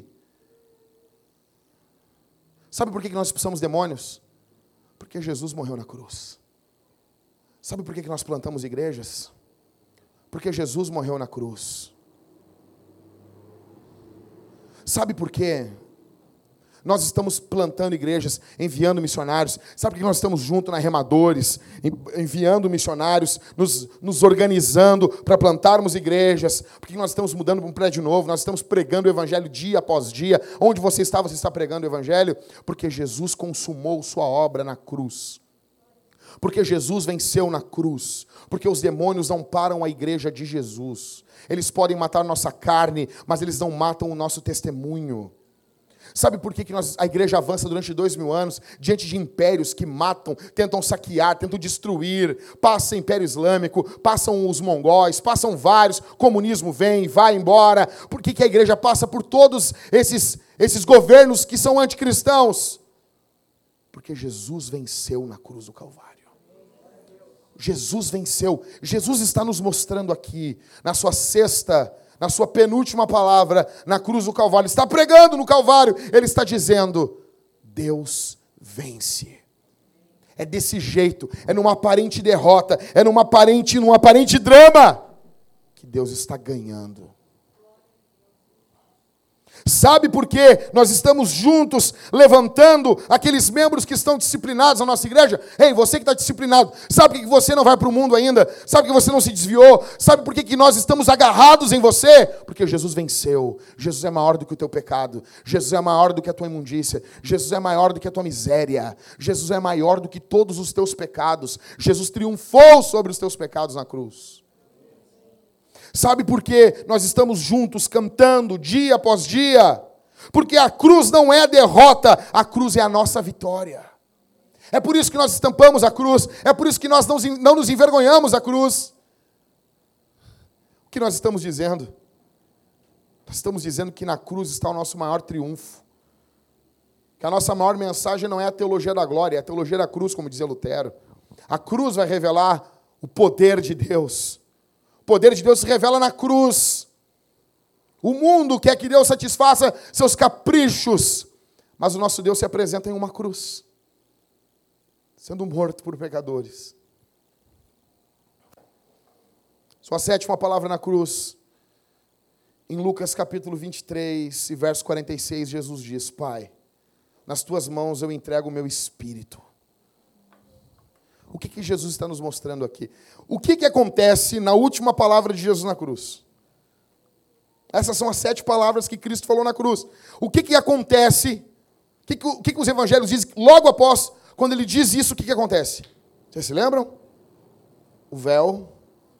Sabe por que nós expulsamos demônios? Porque Jesus morreu na cruz. Sabe por que nós plantamos igrejas? Porque Jesus morreu na cruz. Sabe por quê? Nós estamos plantando igrejas, enviando missionários. Sabe por que nós estamos juntos na Remadores, enviando missionários, nos organizando para plantarmos igrejas? Por que nós estamos mudando para um prédio novo? Nós estamos pregando o evangelho dia após dia. Onde você está pregando o evangelho? Porque Jesus consumou sua obra na cruz. Porque Jesus venceu na cruz. Porque os demônios não param a igreja de Jesus. Eles podem matar nossa carne, mas eles não matam o nosso testemunho. Sabe por que a igreja avança durante 2000 anos, diante de impérios que matam, tentam saquear, tentam destruir? Passa o Império Islâmico, passam os mongóis, passam vários, comunismo vem, vai embora. Por que a igreja passa por todos esses governos que são anticristãos? Porque Jesus venceu na cruz do Calvário. Jesus venceu. Jesus está nos mostrando aqui, na sua penúltima palavra, na cruz do Calvário. Ele está pregando no Calvário. Ele está dizendo: Deus vence. É desse jeito. É numa aparente derrota. É num aparente drama que Deus está ganhando. Sabe por quê? Nós estamos juntos, levantando aqueles membros que estão disciplinados na nossa igreja. Ei, você que está disciplinado, sabe por que você não vai para o mundo ainda? Sabe por que você não se desviou? Sabe por que nós estamos agarrados em você? Porque Jesus venceu. Jesus é maior do que o teu pecado. Jesus é maior do que a tua imundícia. Jesus é maior do que a tua miséria. Jesus é maior do que todos os teus pecados. Jesus triunfou sobre os teus pecados na cruz. Sabe por que nós estamos juntos cantando dia após dia? Porque a cruz não é a derrota, a cruz é a nossa vitória. É por isso que nós estampamos a cruz, é por isso que nós não nos envergonhamos da cruz. O que nós estamos dizendo? Nós estamos dizendo que na cruz está o nosso maior triunfo. Que a nossa maior mensagem não é a teologia da glória, é a teologia da cruz, como dizia Lutero. A cruz vai revelar o poder de Deus. O poder de Deus se revela na cruz. O mundo quer que Deus satisfaça seus caprichos, mas o nosso Deus se apresenta em uma cruz, sendo morto por pecadores. Sua sétima palavra na cruz, em Lucas capítulo 23, verso 46, Jesus diz: Pai, nas tuas mãos eu entrego o meu espírito. O que Jesus está nos mostrando aqui? O que acontece na última palavra de Jesus na cruz? Essas são as 7 palavras que Cristo falou na cruz. O que acontece? O que os evangelhos dizem logo após, quando ele diz isso, o que acontece? Vocês se lembram? O véu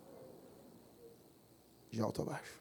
de alto a baixo.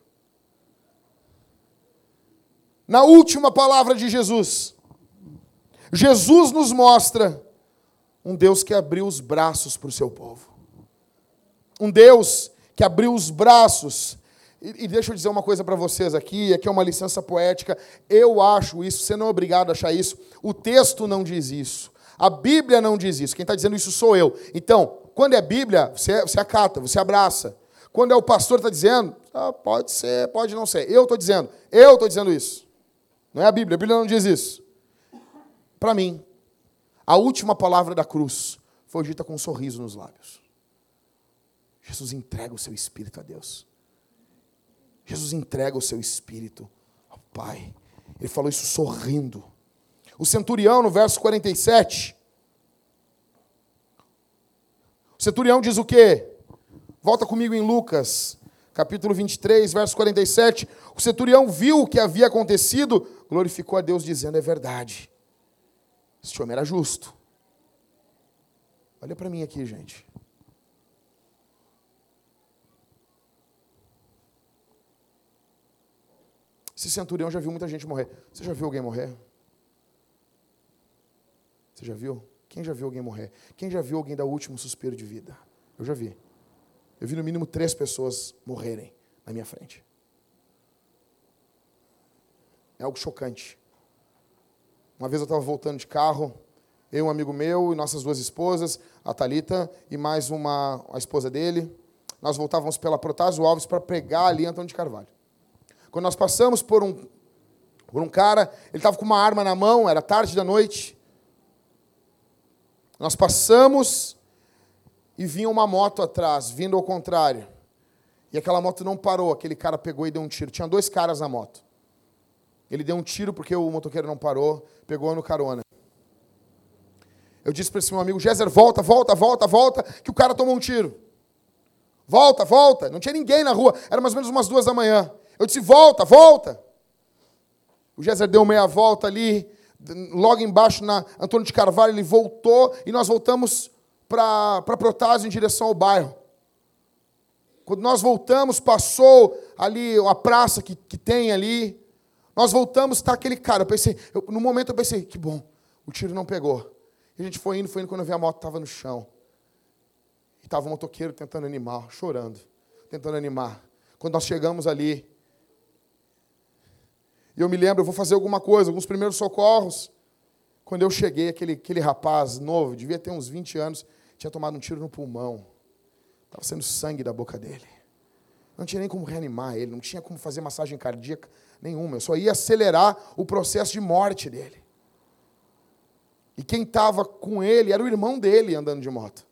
Na última palavra de Jesus, Jesus nos mostra um Deus que abriu os braços para o seu povo. Um Deus que abriu os braços. E deixa eu dizer uma coisa para vocês aqui é uma licença poética. Eu acho isso, você não é obrigado a achar isso. O texto não diz isso. A Bíblia não diz isso. Quem está dizendo isso sou eu. Então, quando é Bíblia, você acata, você abraça. Quando é o pastor que está dizendo, pode ser, pode não ser. Eu estou dizendo isso. Não é a Bíblia não diz isso. Para mim, a última palavra da cruz foi dita com um sorriso nos lábios. Jesus entrega o seu espírito a Deus. Jesus entrega o seu espírito ao Pai. Ele falou isso sorrindo. O centurião, no verso 47, o centurião diz o quê? Volta comigo em Lucas, capítulo 23, verso 47. O centurião viu o que havia acontecido, glorificou a Deus, dizendo, é verdade. Esse homem era justo. Olha para mim aqui, gente. Esse centurião já viu muita gente morrer. Você já viu alguém morrer? Você já viu? Quem já viu alguém morrer? Quem já viu alguém dar o último suspiro de vida? Eu já vi. Eu vi no mínimo 3 pessoas morrerem na minha frente. É algo chocante. Uma vez eu estava voltando de carro, eu e um amigo meu e nossas 2 esposas, a Thalita e mais a esposa dele. Nós voltávamos pela Protásio Alves para pregar ali em Antônio de Carvalho. Quando nós passamos por um cara, ele estava com uma arma na mão, era tarde da noite. Nós passamos e vinha uma moto atrás, vindo ao contrário. E aquela moto não parou, aquele cara pegou e deu um tiro. Tinha 2 caras na moto. Ele deu um tiro porque o motoqueiro não parou, pegou no carona. Eu disse para esse meu amigo, Géser, volta, que o cara tomou um tiro. Volta. Não tinha ninguém na rua, era mais ou menos umas 2 da manhã. Eu disse, volta. O Géser deu meia volta ali, logo embaixo na Antônio de Carvalho, ele voltou e nós voltamos para Protásio em direção ao bairro. Quando nós voltamos, passou ali a praça que tem ali. Nós voltamos, está aquele cara. No momento eu pensei, que bom, o tiro não pegou. E a gente foi indo, quando eu vi a moto estava no chão. E estava o motoqueiro tentando animar, chorando, tentando animar. Quando nós chegamos ali, e eu me lembro, eu vou fazer alguma coisa, alguns primeiros socorros. Quando eu cheguei, aquele rapaz novo, devia ter uns 20 anos, tinha tomado um tiro no pulmão. Estava saindo sangue da boca dele. Não tinha nem como reanimar ele, não tinha como fazer massagem cardíaca nenhuma. Eu só ia acelerar o processo de morte dele. E quem estava com ele era o irmão dele andando de moto.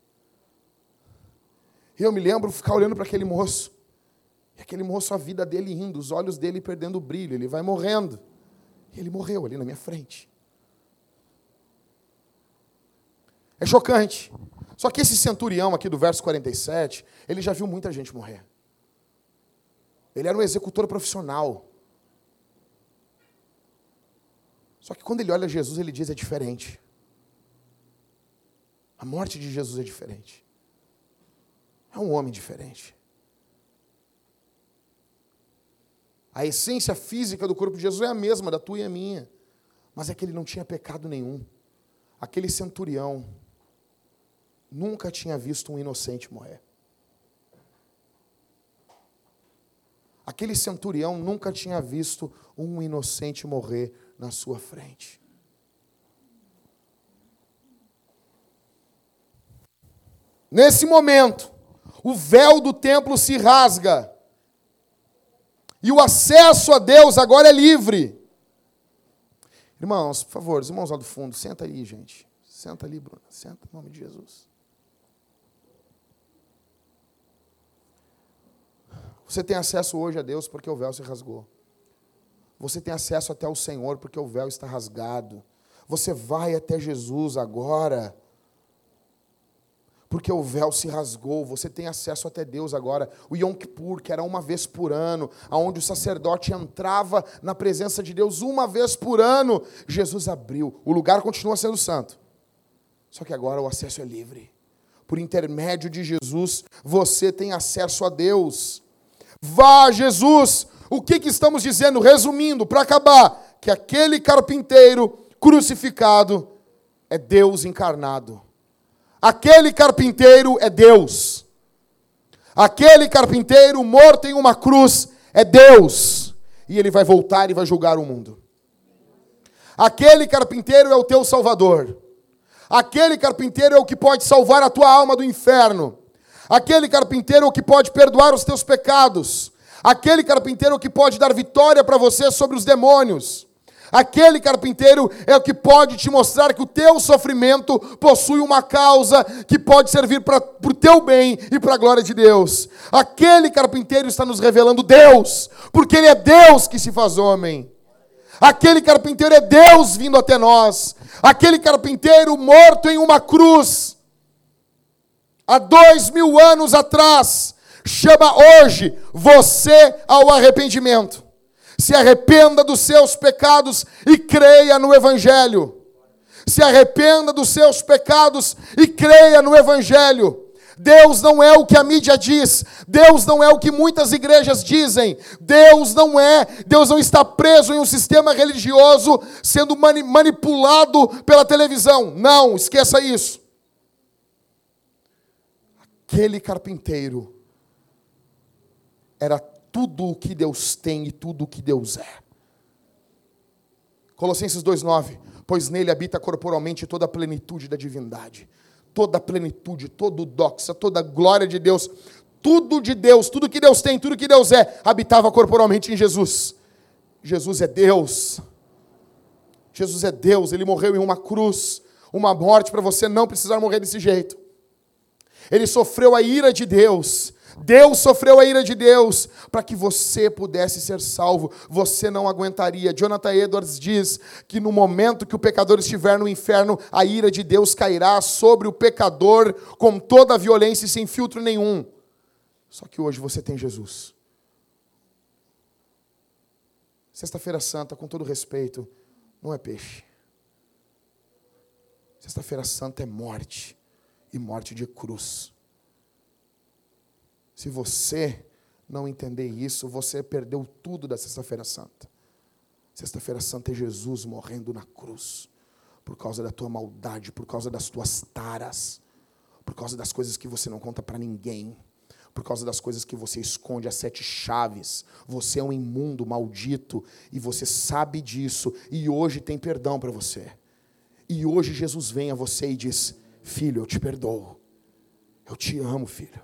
E eu me lembro ficar olhando para aquele moço. E aquele moço, a vida dele indo, os olhos dele perdendo o brilho, ele vai morrendo. E ele morreu ali na minha frente. É chocante. Só que esse centurião aqui do verso 47, ele já viu muita gente morrer. Ele era um executor profissional. Só que quando ele olha Jesus, ele diz, é diferente. A morte de Jesus é diferente. É um homem diferente. A essência física do corpo de Jesus é a mesma, da tua e a minha. Mas é que ele não tinha pecado nenhum. Aquele centurião nunca tinha visto um inocente morrer. Aquele centurião nunca tinha visto um inocente morrer na sua frente. Nesse momento, o véu do templo se rasga. E o acesso a Deus agora é livre. Irmãos, por favor, os irmãos lá do fundo, senta aí, gente. Senta ali, Bruna. Senta, em nome de Jesus. Você tem acesso hoje a Deus porque o véu se rasgou. Você tem acesso até o Senhor porque o véu está rasgado. Você vai até Jesus agora porque o véu se rasgou. Você tem acesso até Deus agora. O Yom Kippur, que era uma vez por ano, onde o sacerdote entrava na presença de Deus uma vez por ano, Jesus abriu. O lugar continua sendo santo. Só que agora o acesso é livre. Por intermédio de Jesus, você tem acesso a Deus. Vá a Jesus. O que estamos dizendo? Resumindo, para acabar, que aquele carpinteiro crucificado é Deus encarnado. Aquele carpinteiro é Deus. Aquele carpinteiro morto em uma cruz é Deus, e Ele vai voltar e vai julgar o mundo. Aquele carpinteiro é o teu Salvador. Aquele carpinteiro é o que pode salvar a tua alma do inferno. Aquele carpinteiro é o que pode perdoar os teus pecados. Aquele carpinteiro é o que pode dar vitória para você sobre os demônios. Aquele carpinteiro é o que pode te mostrar que o teu sofrimento possui uma causa que pode servir para o teu bem e para a glória de Deus. Aquele carpinteiro está nos revelando Deus, porque Ele é Deus que se faz homem. Aquele carpinteiro é Deus vindo até nós. Aquele carpinteiro morto em uma cruz, há 2000 anos atrás, chama hoje você ao arrependimento. Se arrependa dos seus pecados e creia no Evangelho. Se arrependa dos seus pecados e creia no Evangelho. Deus não é o que a mídia diz. Deus não é o que muitas igrejas dizem. Deus não está preso em um sistema religioso sendo manipulado pela televisão. Não, esqueça isso. Aquele carpinteiro era tudo o que Deus tem e tudo o que Deus é. Colossenses 2,9. Pois nele habita corporalmente toda a plenitude da divindade. Toda a plenitude, todo o doxa, toda a glória de Deus. Tudo de Deus, tudo que Deus tem, tudo que Deus é, habitava corporalmente em Jesus. Jesus é Deus. Jesus é Deus. Ele morreu em uma cruz. Uma morte para você não precisar morrer desse jeito. Ele sofreu a ira de Deus. Deus sofreu a ira de Deus para que você pudesse ser salvo. Você não aguentaria. Jonathan Edwards diz que no momento que o pecador estiver no inferno, a ira de Deus cairá sobre o pecador com toda a violência e sem filtro nenhum. Só que hoje você tem Jesus. Sexta-feira Santa, com todo respeito, não é peixe. Sexta-feira Santa é morte, e morte de cruz. Se você não entender isso, você perdeu tudo da Sexta-feira Santa. Sexta-feira Santa é Jesus morrendo na cruz, por causa da tua maldade, por causa das tuas taras, por causa das coisas que você não conta para ninguém, por causa das coisas que você esconde às 7 chaves. Você é um imundo, maldito, e você sabe disso, e hoje tem perdão para você. E hoje Jesus vem a você e diz: filho, eu te perdoo, eu te amo, filho.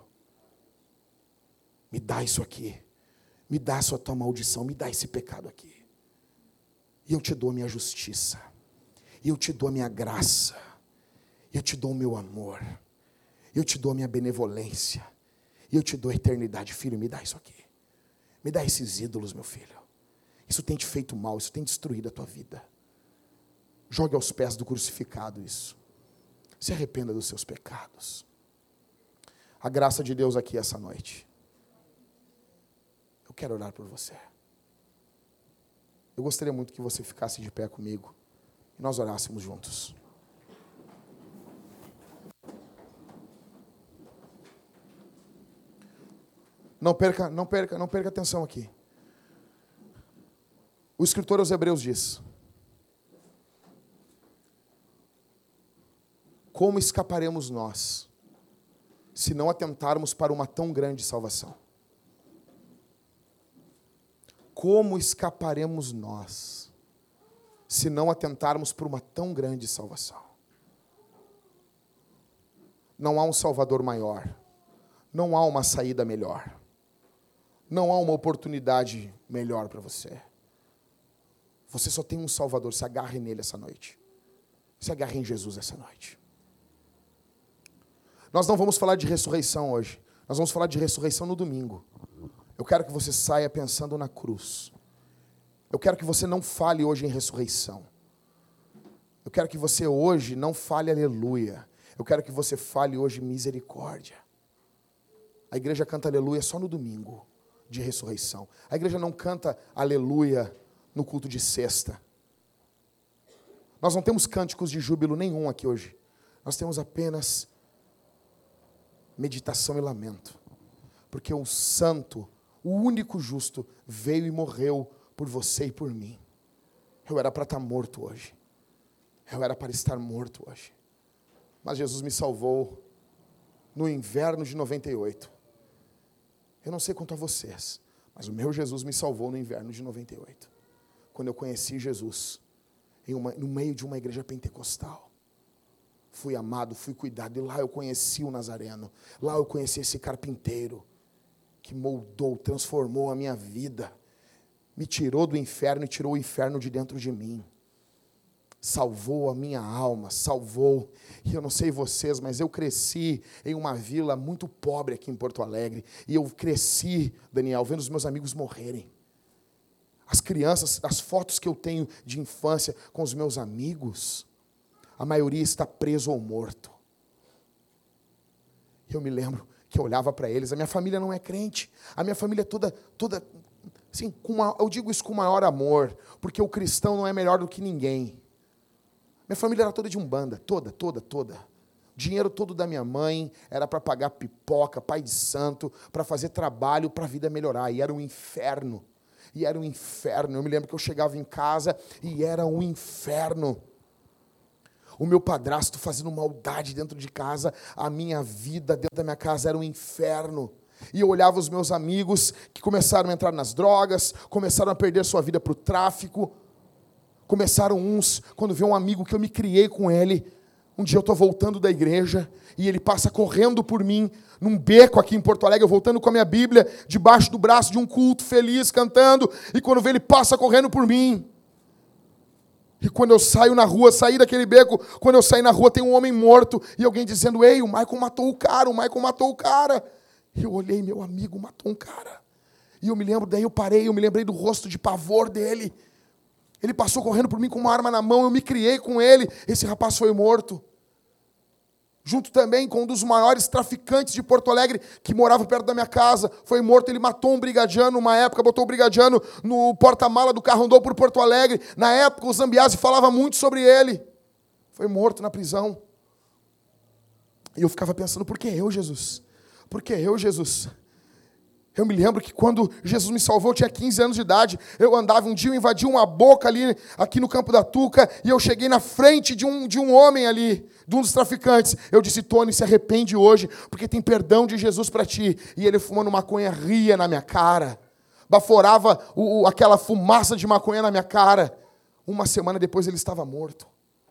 Me dá isso aqui. Me dá essa tua maldição. Me dá esse pecado aqui. E eu te dou a minha justiça. E eu te dou a minha graça. E eu te dou o meu amor. E eu te dou a minha benevolência. E eu te dou a eternidade. Filho, me dá isso aqui. Me dá esses ídolos, meu filho. Isso tem te feito mal. Isso tem destruído a tua vida. Jogue aos pés do crucificado isso. Se arrependa dos seus pecados. A graça de Deus aqui essa noite. Eu quero orar por você. Eu gostaria muito que você ficasse de pé comigo e nós orássemos juntos. Não perca atenção aqui. O escritor aos Hebreus diz: como escaparemos nós, se não atentarmos para uma tão grande salvação? Como escaparemos nós, se não atentarmos por uma tão grande salvação? Não há um Salvador maior. Não há uma saída melhor. Não há uma oportunidade melhor para você. Você só tem um Salvador. Se agarre nele essa noite. Se agarre em Jesus essa noite. Nós não vamos falar de ressurreição hoje. Nós vamos falar de ressurreição no domingo. Eu quero que você saia pensando na cruz. Eu quero que você não fale hoje em ressurreição. Eu quero que você hoje não fale aleluia. Eu quero que você fale hoje misericórdia. A igreja canta aleluia só no domingo de ressurreição. A igreja não canta aleluia no culto de sexta. Nós não temos cânticos de júbilo nenhum aqui hoje. Nós temos apenas meditação e lamento. Porque o santo, o único justo, veio e morreu por você e por mim. Eu era para estar morto hoje. Eu era para estar morto hoje. Mas Jesus me salvou no inverno de 98. Eu não sei quanto a vocês, Mas o meu Jesus me salvou no inverno de 98. Quando eu conheci Jesus, no meio de uma igreja pentecostal. Fui amado, fui cuidado. E lá eu conheci o Nazareno. Lá eu conheci esse carpinteiro que moldou, transformou a minha vida. Me tirou do inferno e tirou o inferno de dentro de mim. Salvou a minha alma, salvou. E eu não sei vocês, mas eu cresci em uma vila muito pobre aqui em Porto Alegre. E eu cresci, Daniel, vendo os meus amigos morrerem. As crianças, as fotos que eu tenho de infância com os meus amigos, a maioria está preso ou morto. Eu me lembro que eu olhava para eles, a minha família não é crente, a minha família é toda assim, eu digo isso com o maior amor, porque o cristão não é melhor do que ninguém. Minha família era toda de umbanda, toda. Dinheiro todo da minha mãe era para pagar pipoca, pai de santo, para fazer trabalho para a vida melhorar, e era um inferno. Eu me lembro que eu chegava em casa e era um inferno. O meu padrasto fazendo maldade dentro de casa, a minha vida dentro da minha casa era um inferno. E eu olhava os meus amigos que começaram a entrar nas drogas, começaram a perder sua vida para o tráfico. Começaram uns, quando vê um amigo que eu me criei com ele, um dia eu estou voltando da igreja e ele passa correndo por mim, num beco aqui em Porto Alegre, eu voltando com a minha Bíblia, debaixo do braço de um culto, feliz, cantando, e quando vê ele passa correndo por mim. E quando eu saio na rua, saí daquele beco, quando eu saí na rua tem um homem morto, e alguém dizendo, ei, o Michael matou o cara. E eu olhei, meu amigo matou um cara. E eu me lembro, daí eu me lembrei do rosto de pavor dele. Ele passou correndo por mim com uma arma na mão, eu me criei com ele, esse rapaz foi morto. Junto também com um dos maiores traficantes de Porto Alegre, que morava perto da minha casa, foi morto, ele matou um brigadiano, uma época, botou o brigadiano no porta-mala do carro, andou por Porto Alegre, na época o Zambiase falava muito sobre ele, foi morto na prisão. E eu ficava pensando, por que eu, Jesus? Por que eu, Jesus? Eu me lembro que quando Jesus me salvou, eu tinha 15 anos de idade, eu andava um dia, eu invadi uma boca ali, aqui no Campo da Tuca, e eu cheguei na frente de um homem ali, de um dos traficantes. Eu disse, Tony, se arrepende hoje, porque tem perdão de Jesus para ti. E ele fumando maconha ria na minha cara, baforava aquela fumaça de maconha na minha cara. Uma semana depois ele estava morto.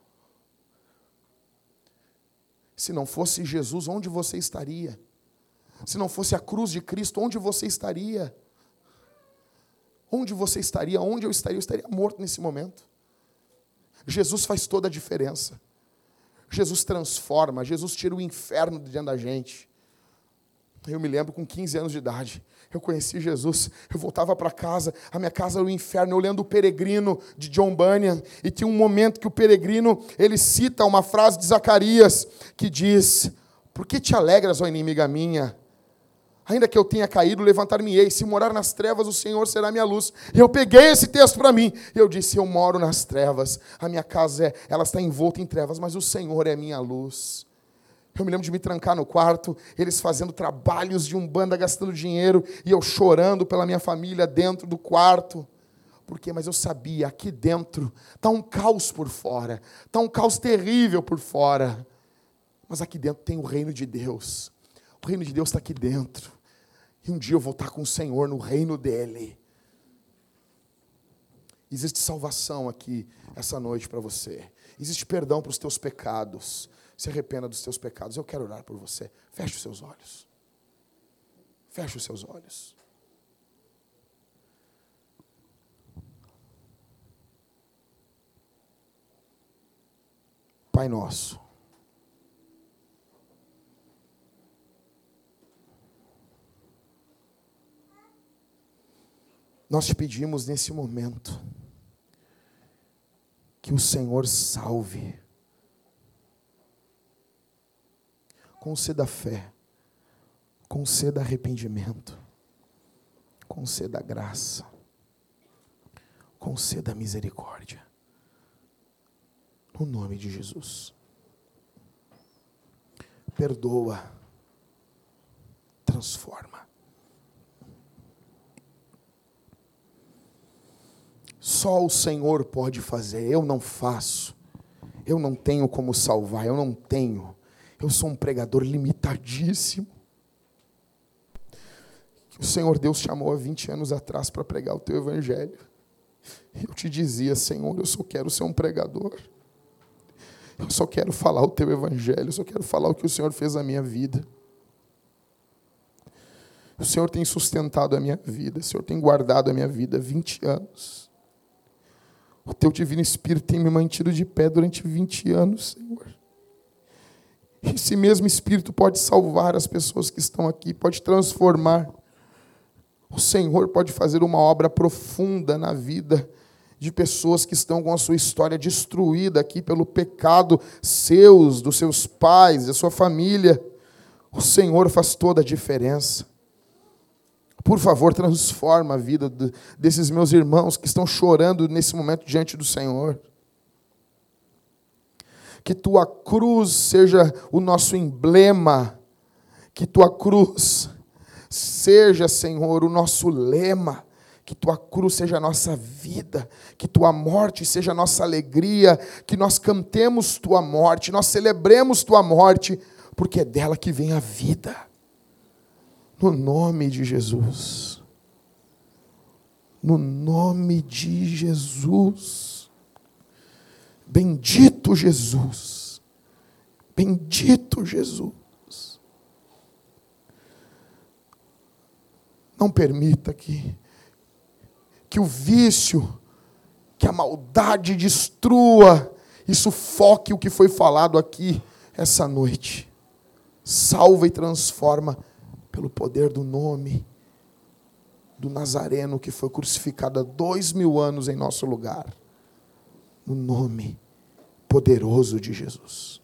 Se não fosse Jesus, onde você estaria? Se não fosse a cruz de Cristo, onde você estaria? Onde você estaria? Onde eu estaria? Eu estaria morto nesse momento. Jesus faz toda a diferença. Jesus transforma, Jesus tira o inferno de dentro da gente. Eu me lembro com 15 anos de idade, eu conheci Jesus, eu voltava para casa, a minha casa era o inferno, eu lendo o Peregrino de John Bunyan, e tinha um momento que o Peregrino, ele cita uma frase de Zacarias, que diz, por que te alegras, ó inimiga minha? Ainda que eu tenha caído, levantar-me-ei. Se morar nas trevas, o Senhor será minha luz. E eu peguei esse texto para mim. E eu disse, eu moro nas trevas. A minha casa, ela está envolta em trevas, mas o Senhor é minha luz. Eu me lembro de me trancar no quarto, eles fazendo trabalhos de umbanda, gastando dinheiro, e eu chorando pela minha família dentro do quarto. Por quê? Mas eu sabia, aqui dentro está um caos por fora. Está um caos terrível por fora. Mas aqui dentro tem o reino de Deus. O reino de Deus está aqui dentro. E um dia eu vou estar com o Senhor no reino dEle. Existe salvação aqui essa noite para você. Existe perdão para os teus pecados. Se arrependa dos teus pecados. Eu quero orar por você. Feche os seus olhos. Feche os seus olhos. Pai nosso. Nós te pedimos nesse momento que o Senhor salve, conceda fé, conceda arrependimento, conceda graça, conceda misericórdia, no nome de Jesus. Perdoa, transforma. Só o Senhor pode fazer, eu não faço, eu não tenho como salvar, eu não tenho, eu sou um pregador limitadíssimo. O Senhor Deus chamou há 20 anos atrás para pregar o teu evangelho. Eu te dizia, Senhor, eu só quero ser um pregador. Eu só quero falar o teu evangelho, eu só quero falar o que o Senhor fez na minha vida. O Senhor tem sustentado a minha vida, o Senhor tem guardado a minha vida há 20 anos. O teu divino Espírito tem me mantido de pé durante 20 anos, Senhor. Esse mesmo Espírito pode salvar as pessoas que estão aqui, pode transformar. O Senhor pode fazer uma obra profunda na vida de pessoas que estão com a sua história destruída aqui pelo pecado dos seus pais, da sua família. O Senhor faz toda a diferença. Por favor, transforma a vida desses meus irmãos que estão chorando nesse momento diante do Senhor. Que tua cruz seja o nosso emblema. Que tua cruz seja, Senhor, o nosso lema. Que tua cruz seja a nossa vida. Que tua morte seja a nossa alegria. Que nós cantemos tua morte, nós celebremos tua morte, porque é dela que vem a vida. No nome de Jesus. No nome de Jesus. Bendito Jesus. Bendito Jesus. Não permita que o vício, que a maldade destrua e sufoque o que foi falado aqui essa noite. Salva e transforma pelo poder do nome do Nazareno que foi crucificado há 2000 anos em nosso lugar. No nome poderoso de Jesus.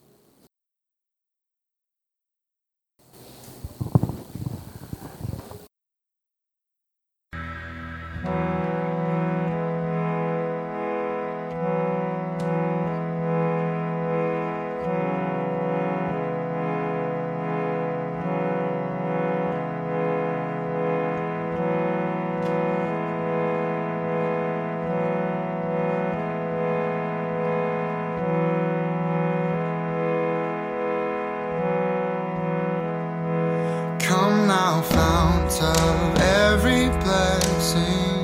Come now, fount of every blessing,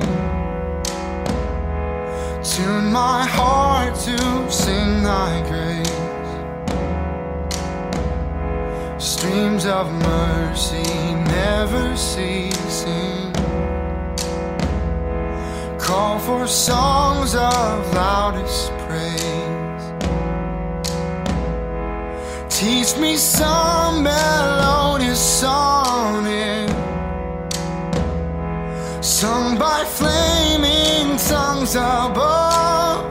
tune my heart to sing thy grace. Streams of mercy never ceasing, call for songs of loudest praise. Teach me some melodious sonnet, sung by flaming tongues above.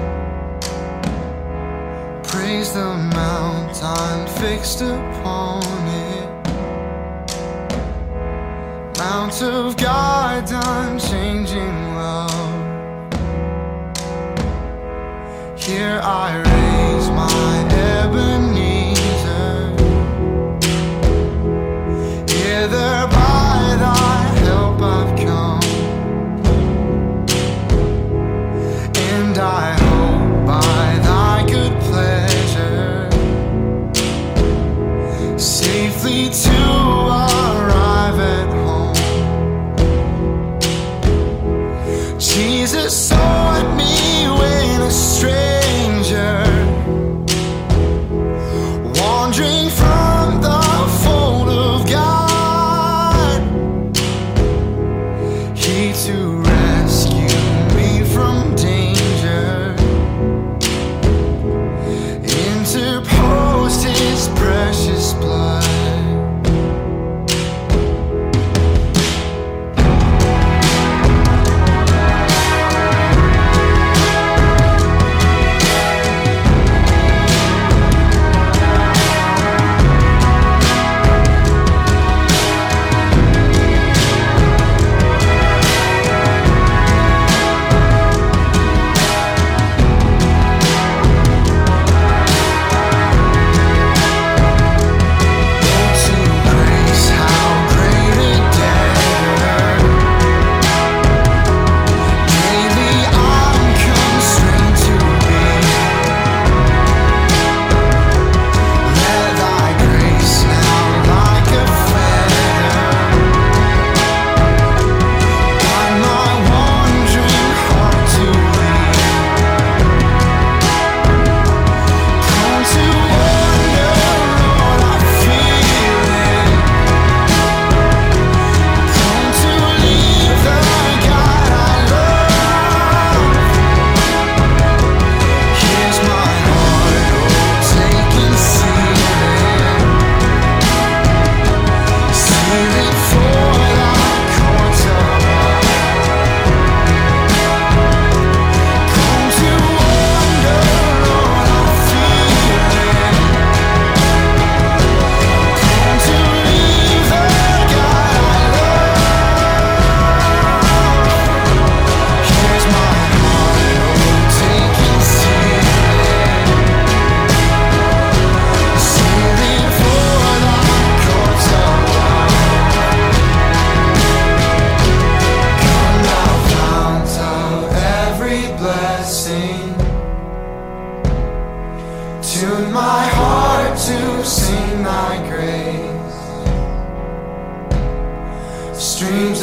Praise the mount I'm fixed upon it, mount of God's unchanging love. Here I raise my Ebenezer, hither by thy help I've come, and I hope by thy good pleasure safely to arrive at home. Jesus sought me when a stranger, wandering from the fold of God, he to rescue me from danger interposed his precious blood.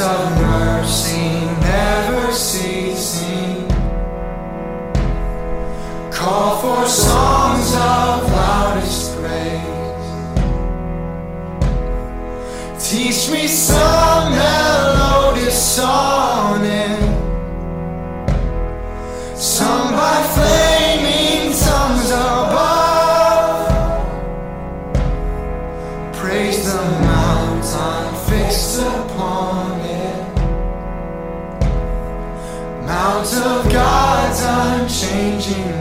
of mercy never ceasing. Call for songs of loudest praise. Teach me some melodious sonnet, sung by flaming tongues above. Praise the mountain fixed upon it, Mount of God's unchanging